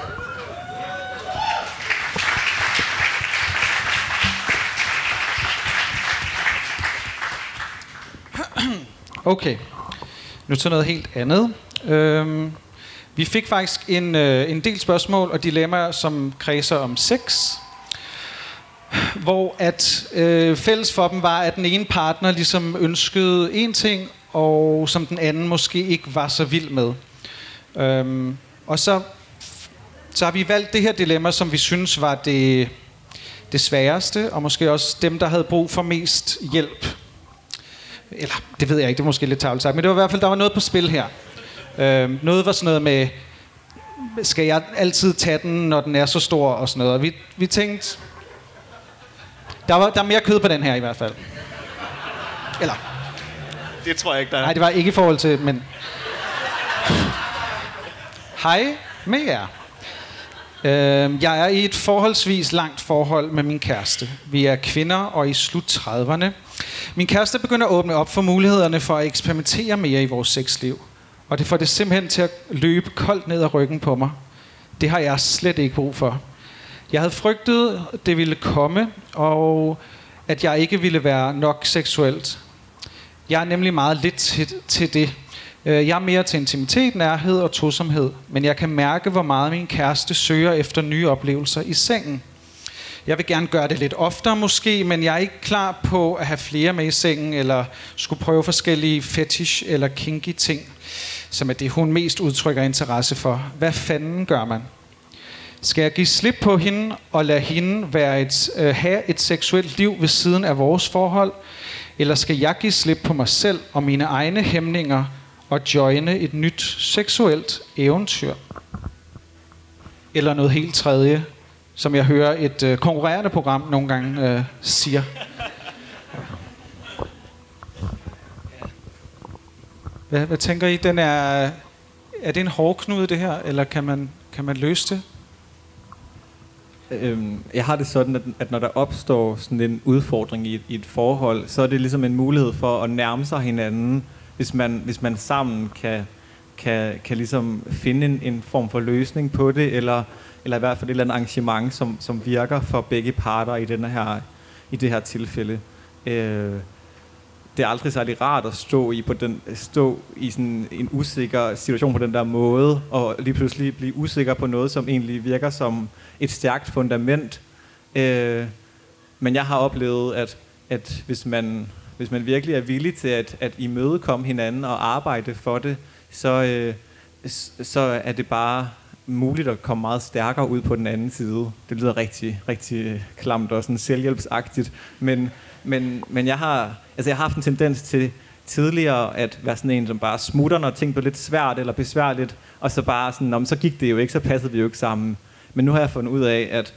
Okay. Nu til noget helt andet. Øhm, vi fik faktisk en, øh, en del spørgsmål og dilemmaer, som kredser om sex. Hvor at øh, fælles for dem var, at den ene partner ligesom ønskede en ting, og som den anden måske ikke var så vild med. Øhm, og så, så har vi valgt det her dilemma, som vi synes var det, det sværeste, og måske også dem, der havde brug for mest hjælp. Eller, det ved jeg ikke, det er måske lidt tavligt sagt, men det var i hvert fald, der var noget på spil her. Øhm, noget var sådan noget med, skal jeg altid tage den, når den er så stor, og sådan noget. Og vi, vi tænkte, der, var, der er mere kød på den her i hvert fald. Eller... Det tror jeg ikke, der er. Nej, det var ikke i forhold til, men... Hej med jer. Øhm, jeg er i et forholdsvis langt forhold med min kæreste. Vi er kvinder og i slut trediverne. Min kæreste begynder at åbne op for mulighederne for at eksperimentere mere i vores sexliv. Og det får det simpelthen til at løbe koldt ned ad ryggen på mig. Det har jeg slet ikke brug for. Jeg havde frygtet, det ville komme, og at jeg ikke ville være nok seksuelt. Jeg er nemlig meget lidt til, til det. Jeg er mere til intimitet, nærhed og tosomhed, men jeg kan mærke, hvor meget min kæreste søger efter nye oplevelser i sengen. Jeg vil gerne gøre det lidt oftere måske, men jeg er ikke klar på at have flere med i sengen, eller skulle prøve forskellige fetish eller kinky ting, som er det, hun mest udtrykker interesse for. Hvad fanden gør man? Skal jeg give slip på hende og lade hende være et, øh, have et seksuelt liv ved siden af vores forhold? Eller skal jeg give slip på mig selv og mine egne hæmninger og joine et nyt seksuelt eventyr? Eller noget helt tredje, som jeg hører et øh, konkurrerende program nogle gange øh, siger. Hvad, hvad tænker I? Den er, er det en hårdknude, det her, eller kan man, kan man løse det? Øhm, jeg har det sådan, at, at når der opstår sådan en udfordring i et, i et forhold, så er det ligesom en mulighed for at nærme sig hinanden, hvis man, hvis man sammen kan, kan, kan ligesom finde en, en form for løsning på det, eller, eller i hvert fald et eller andet arrangement, som, som virker for begge parter i, denne her, i det her tilfælde. Øh, det er aldrig særlig rart at stå i, på den, stå i sådan en usikker situation på den der måde, og lige pludselig blive usikker på noget, som egentlig virker som et stærkt fundament. Øh, men jeg har oplevet, at, at hvis, man, hvis man virkelig er villig til at, at imødekomme hinanden og arbejde for det, så, øh, så er det bare muligt at komme meget stærkere ud på den anden side. Det lyder rigtig, rigtig klamt og sådan selvhjælpsagtigt, men Men, men jeg har, altså jeg har haft en tendens til tidligere at være sådan en, som bare smutter, når ting blev lidt svært eller besværligt, og så bare sådan, om så gik det jo ikke, så passede vi jo ikke sammen. Men nu har jeg fundet ud af, at,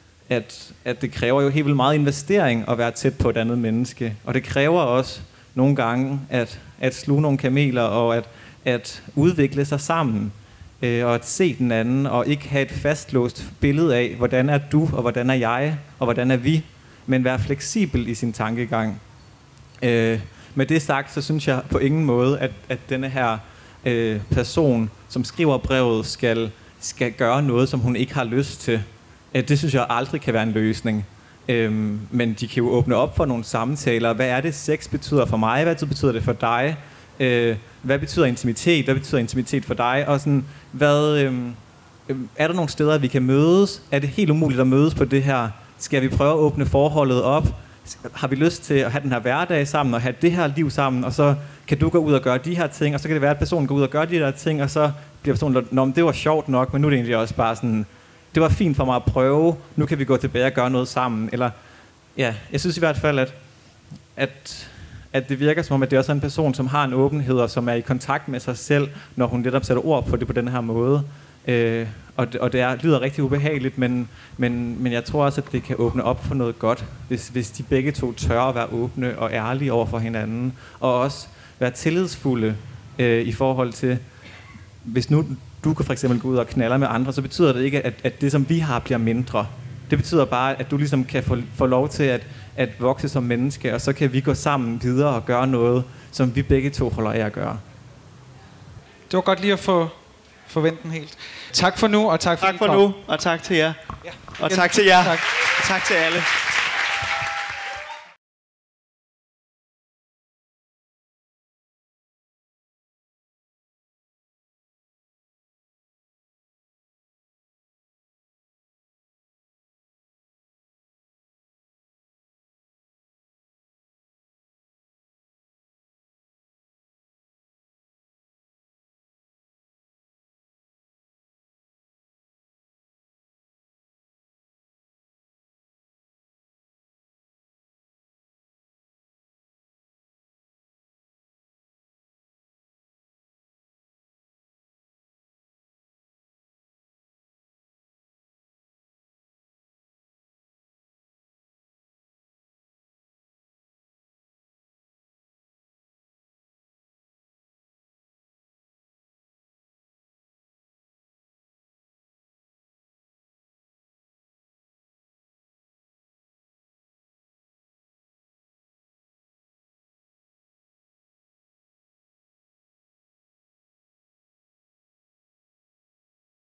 at, at det kræver jo helt vildt meget investering at være tæt på et andet menneske. Og det kræver også nogle gange at, at sluge nogle kameler og at, at udvikle sig sammen. Øh, og at se den anden og ikke have et fastlåst billede af, hvordan er du, og hvordan er jeg, og hvordan er vi. Men være fleksibel i sin tankegang. Øh, med det sagt, så synes jeg på ingen måde, at, at denne her øh, person, som skriver brevet, skal, skal gøre noget, som hun ikke har lyst til. Øh, det synes jeg aldrig kan være en løsning. Øh, men de kan jo åbne op for nogle samtaler. Hvad er det, sex betyder for mig? Hvad betyder det for dig? Øh, hvad betyder intimitet? Hvad betyder intimitet for dig? Og sådan, hvad, øh, øh, er der nogle steder, vi kan mødes? Er det helt umuligt at mødes på det her? Skal vi prøve at åbne forholdet op? Har vi lyst til at have den her hverdag sammen og have det her liv sammen, og så kan du gå ud og gøre de her ting, og så kan det være, at personen går ud og gør de der ting, og så bliver personen, nå, det var sjovt nok, men nu er det egentlig også bare sådan, det var fint for mig at prøve, nu kan vi gå tilbage og gøre noget sammen. Eller, ja, jeg synes i hvert fald, at, at, at det virker som om, at det også er en person, som har en åbenhed, og som er i kontakt med sig selv, når hun netop sætter ord på det på den her måde. Øh, og det, og det er, lyder rigtig ubehageligt, men, men, men jeg tror også, at det kan åbne op for noget godt, hvis, hvis de begge to tør at være åbne og ærlige over for hinanden, og også være tillidsfulde øh, i forhold til, hvis nu du kan for eksempel gå ud og knaller med andre, så betyder det ikke, at, at det, som vi har, bliver mindre. Det betyder bare, at du ligesom kan få, få lov til at, at vokse som menneske, og så kan vi gå sammen videre og gøre noget, som vi begge to holder af at gøre. Det var godt lige at få forventen helt. Tak for nu, og tak for, tak for nu, og tak til jer. Ja. Og tak til jer. Tak. Tak til alle.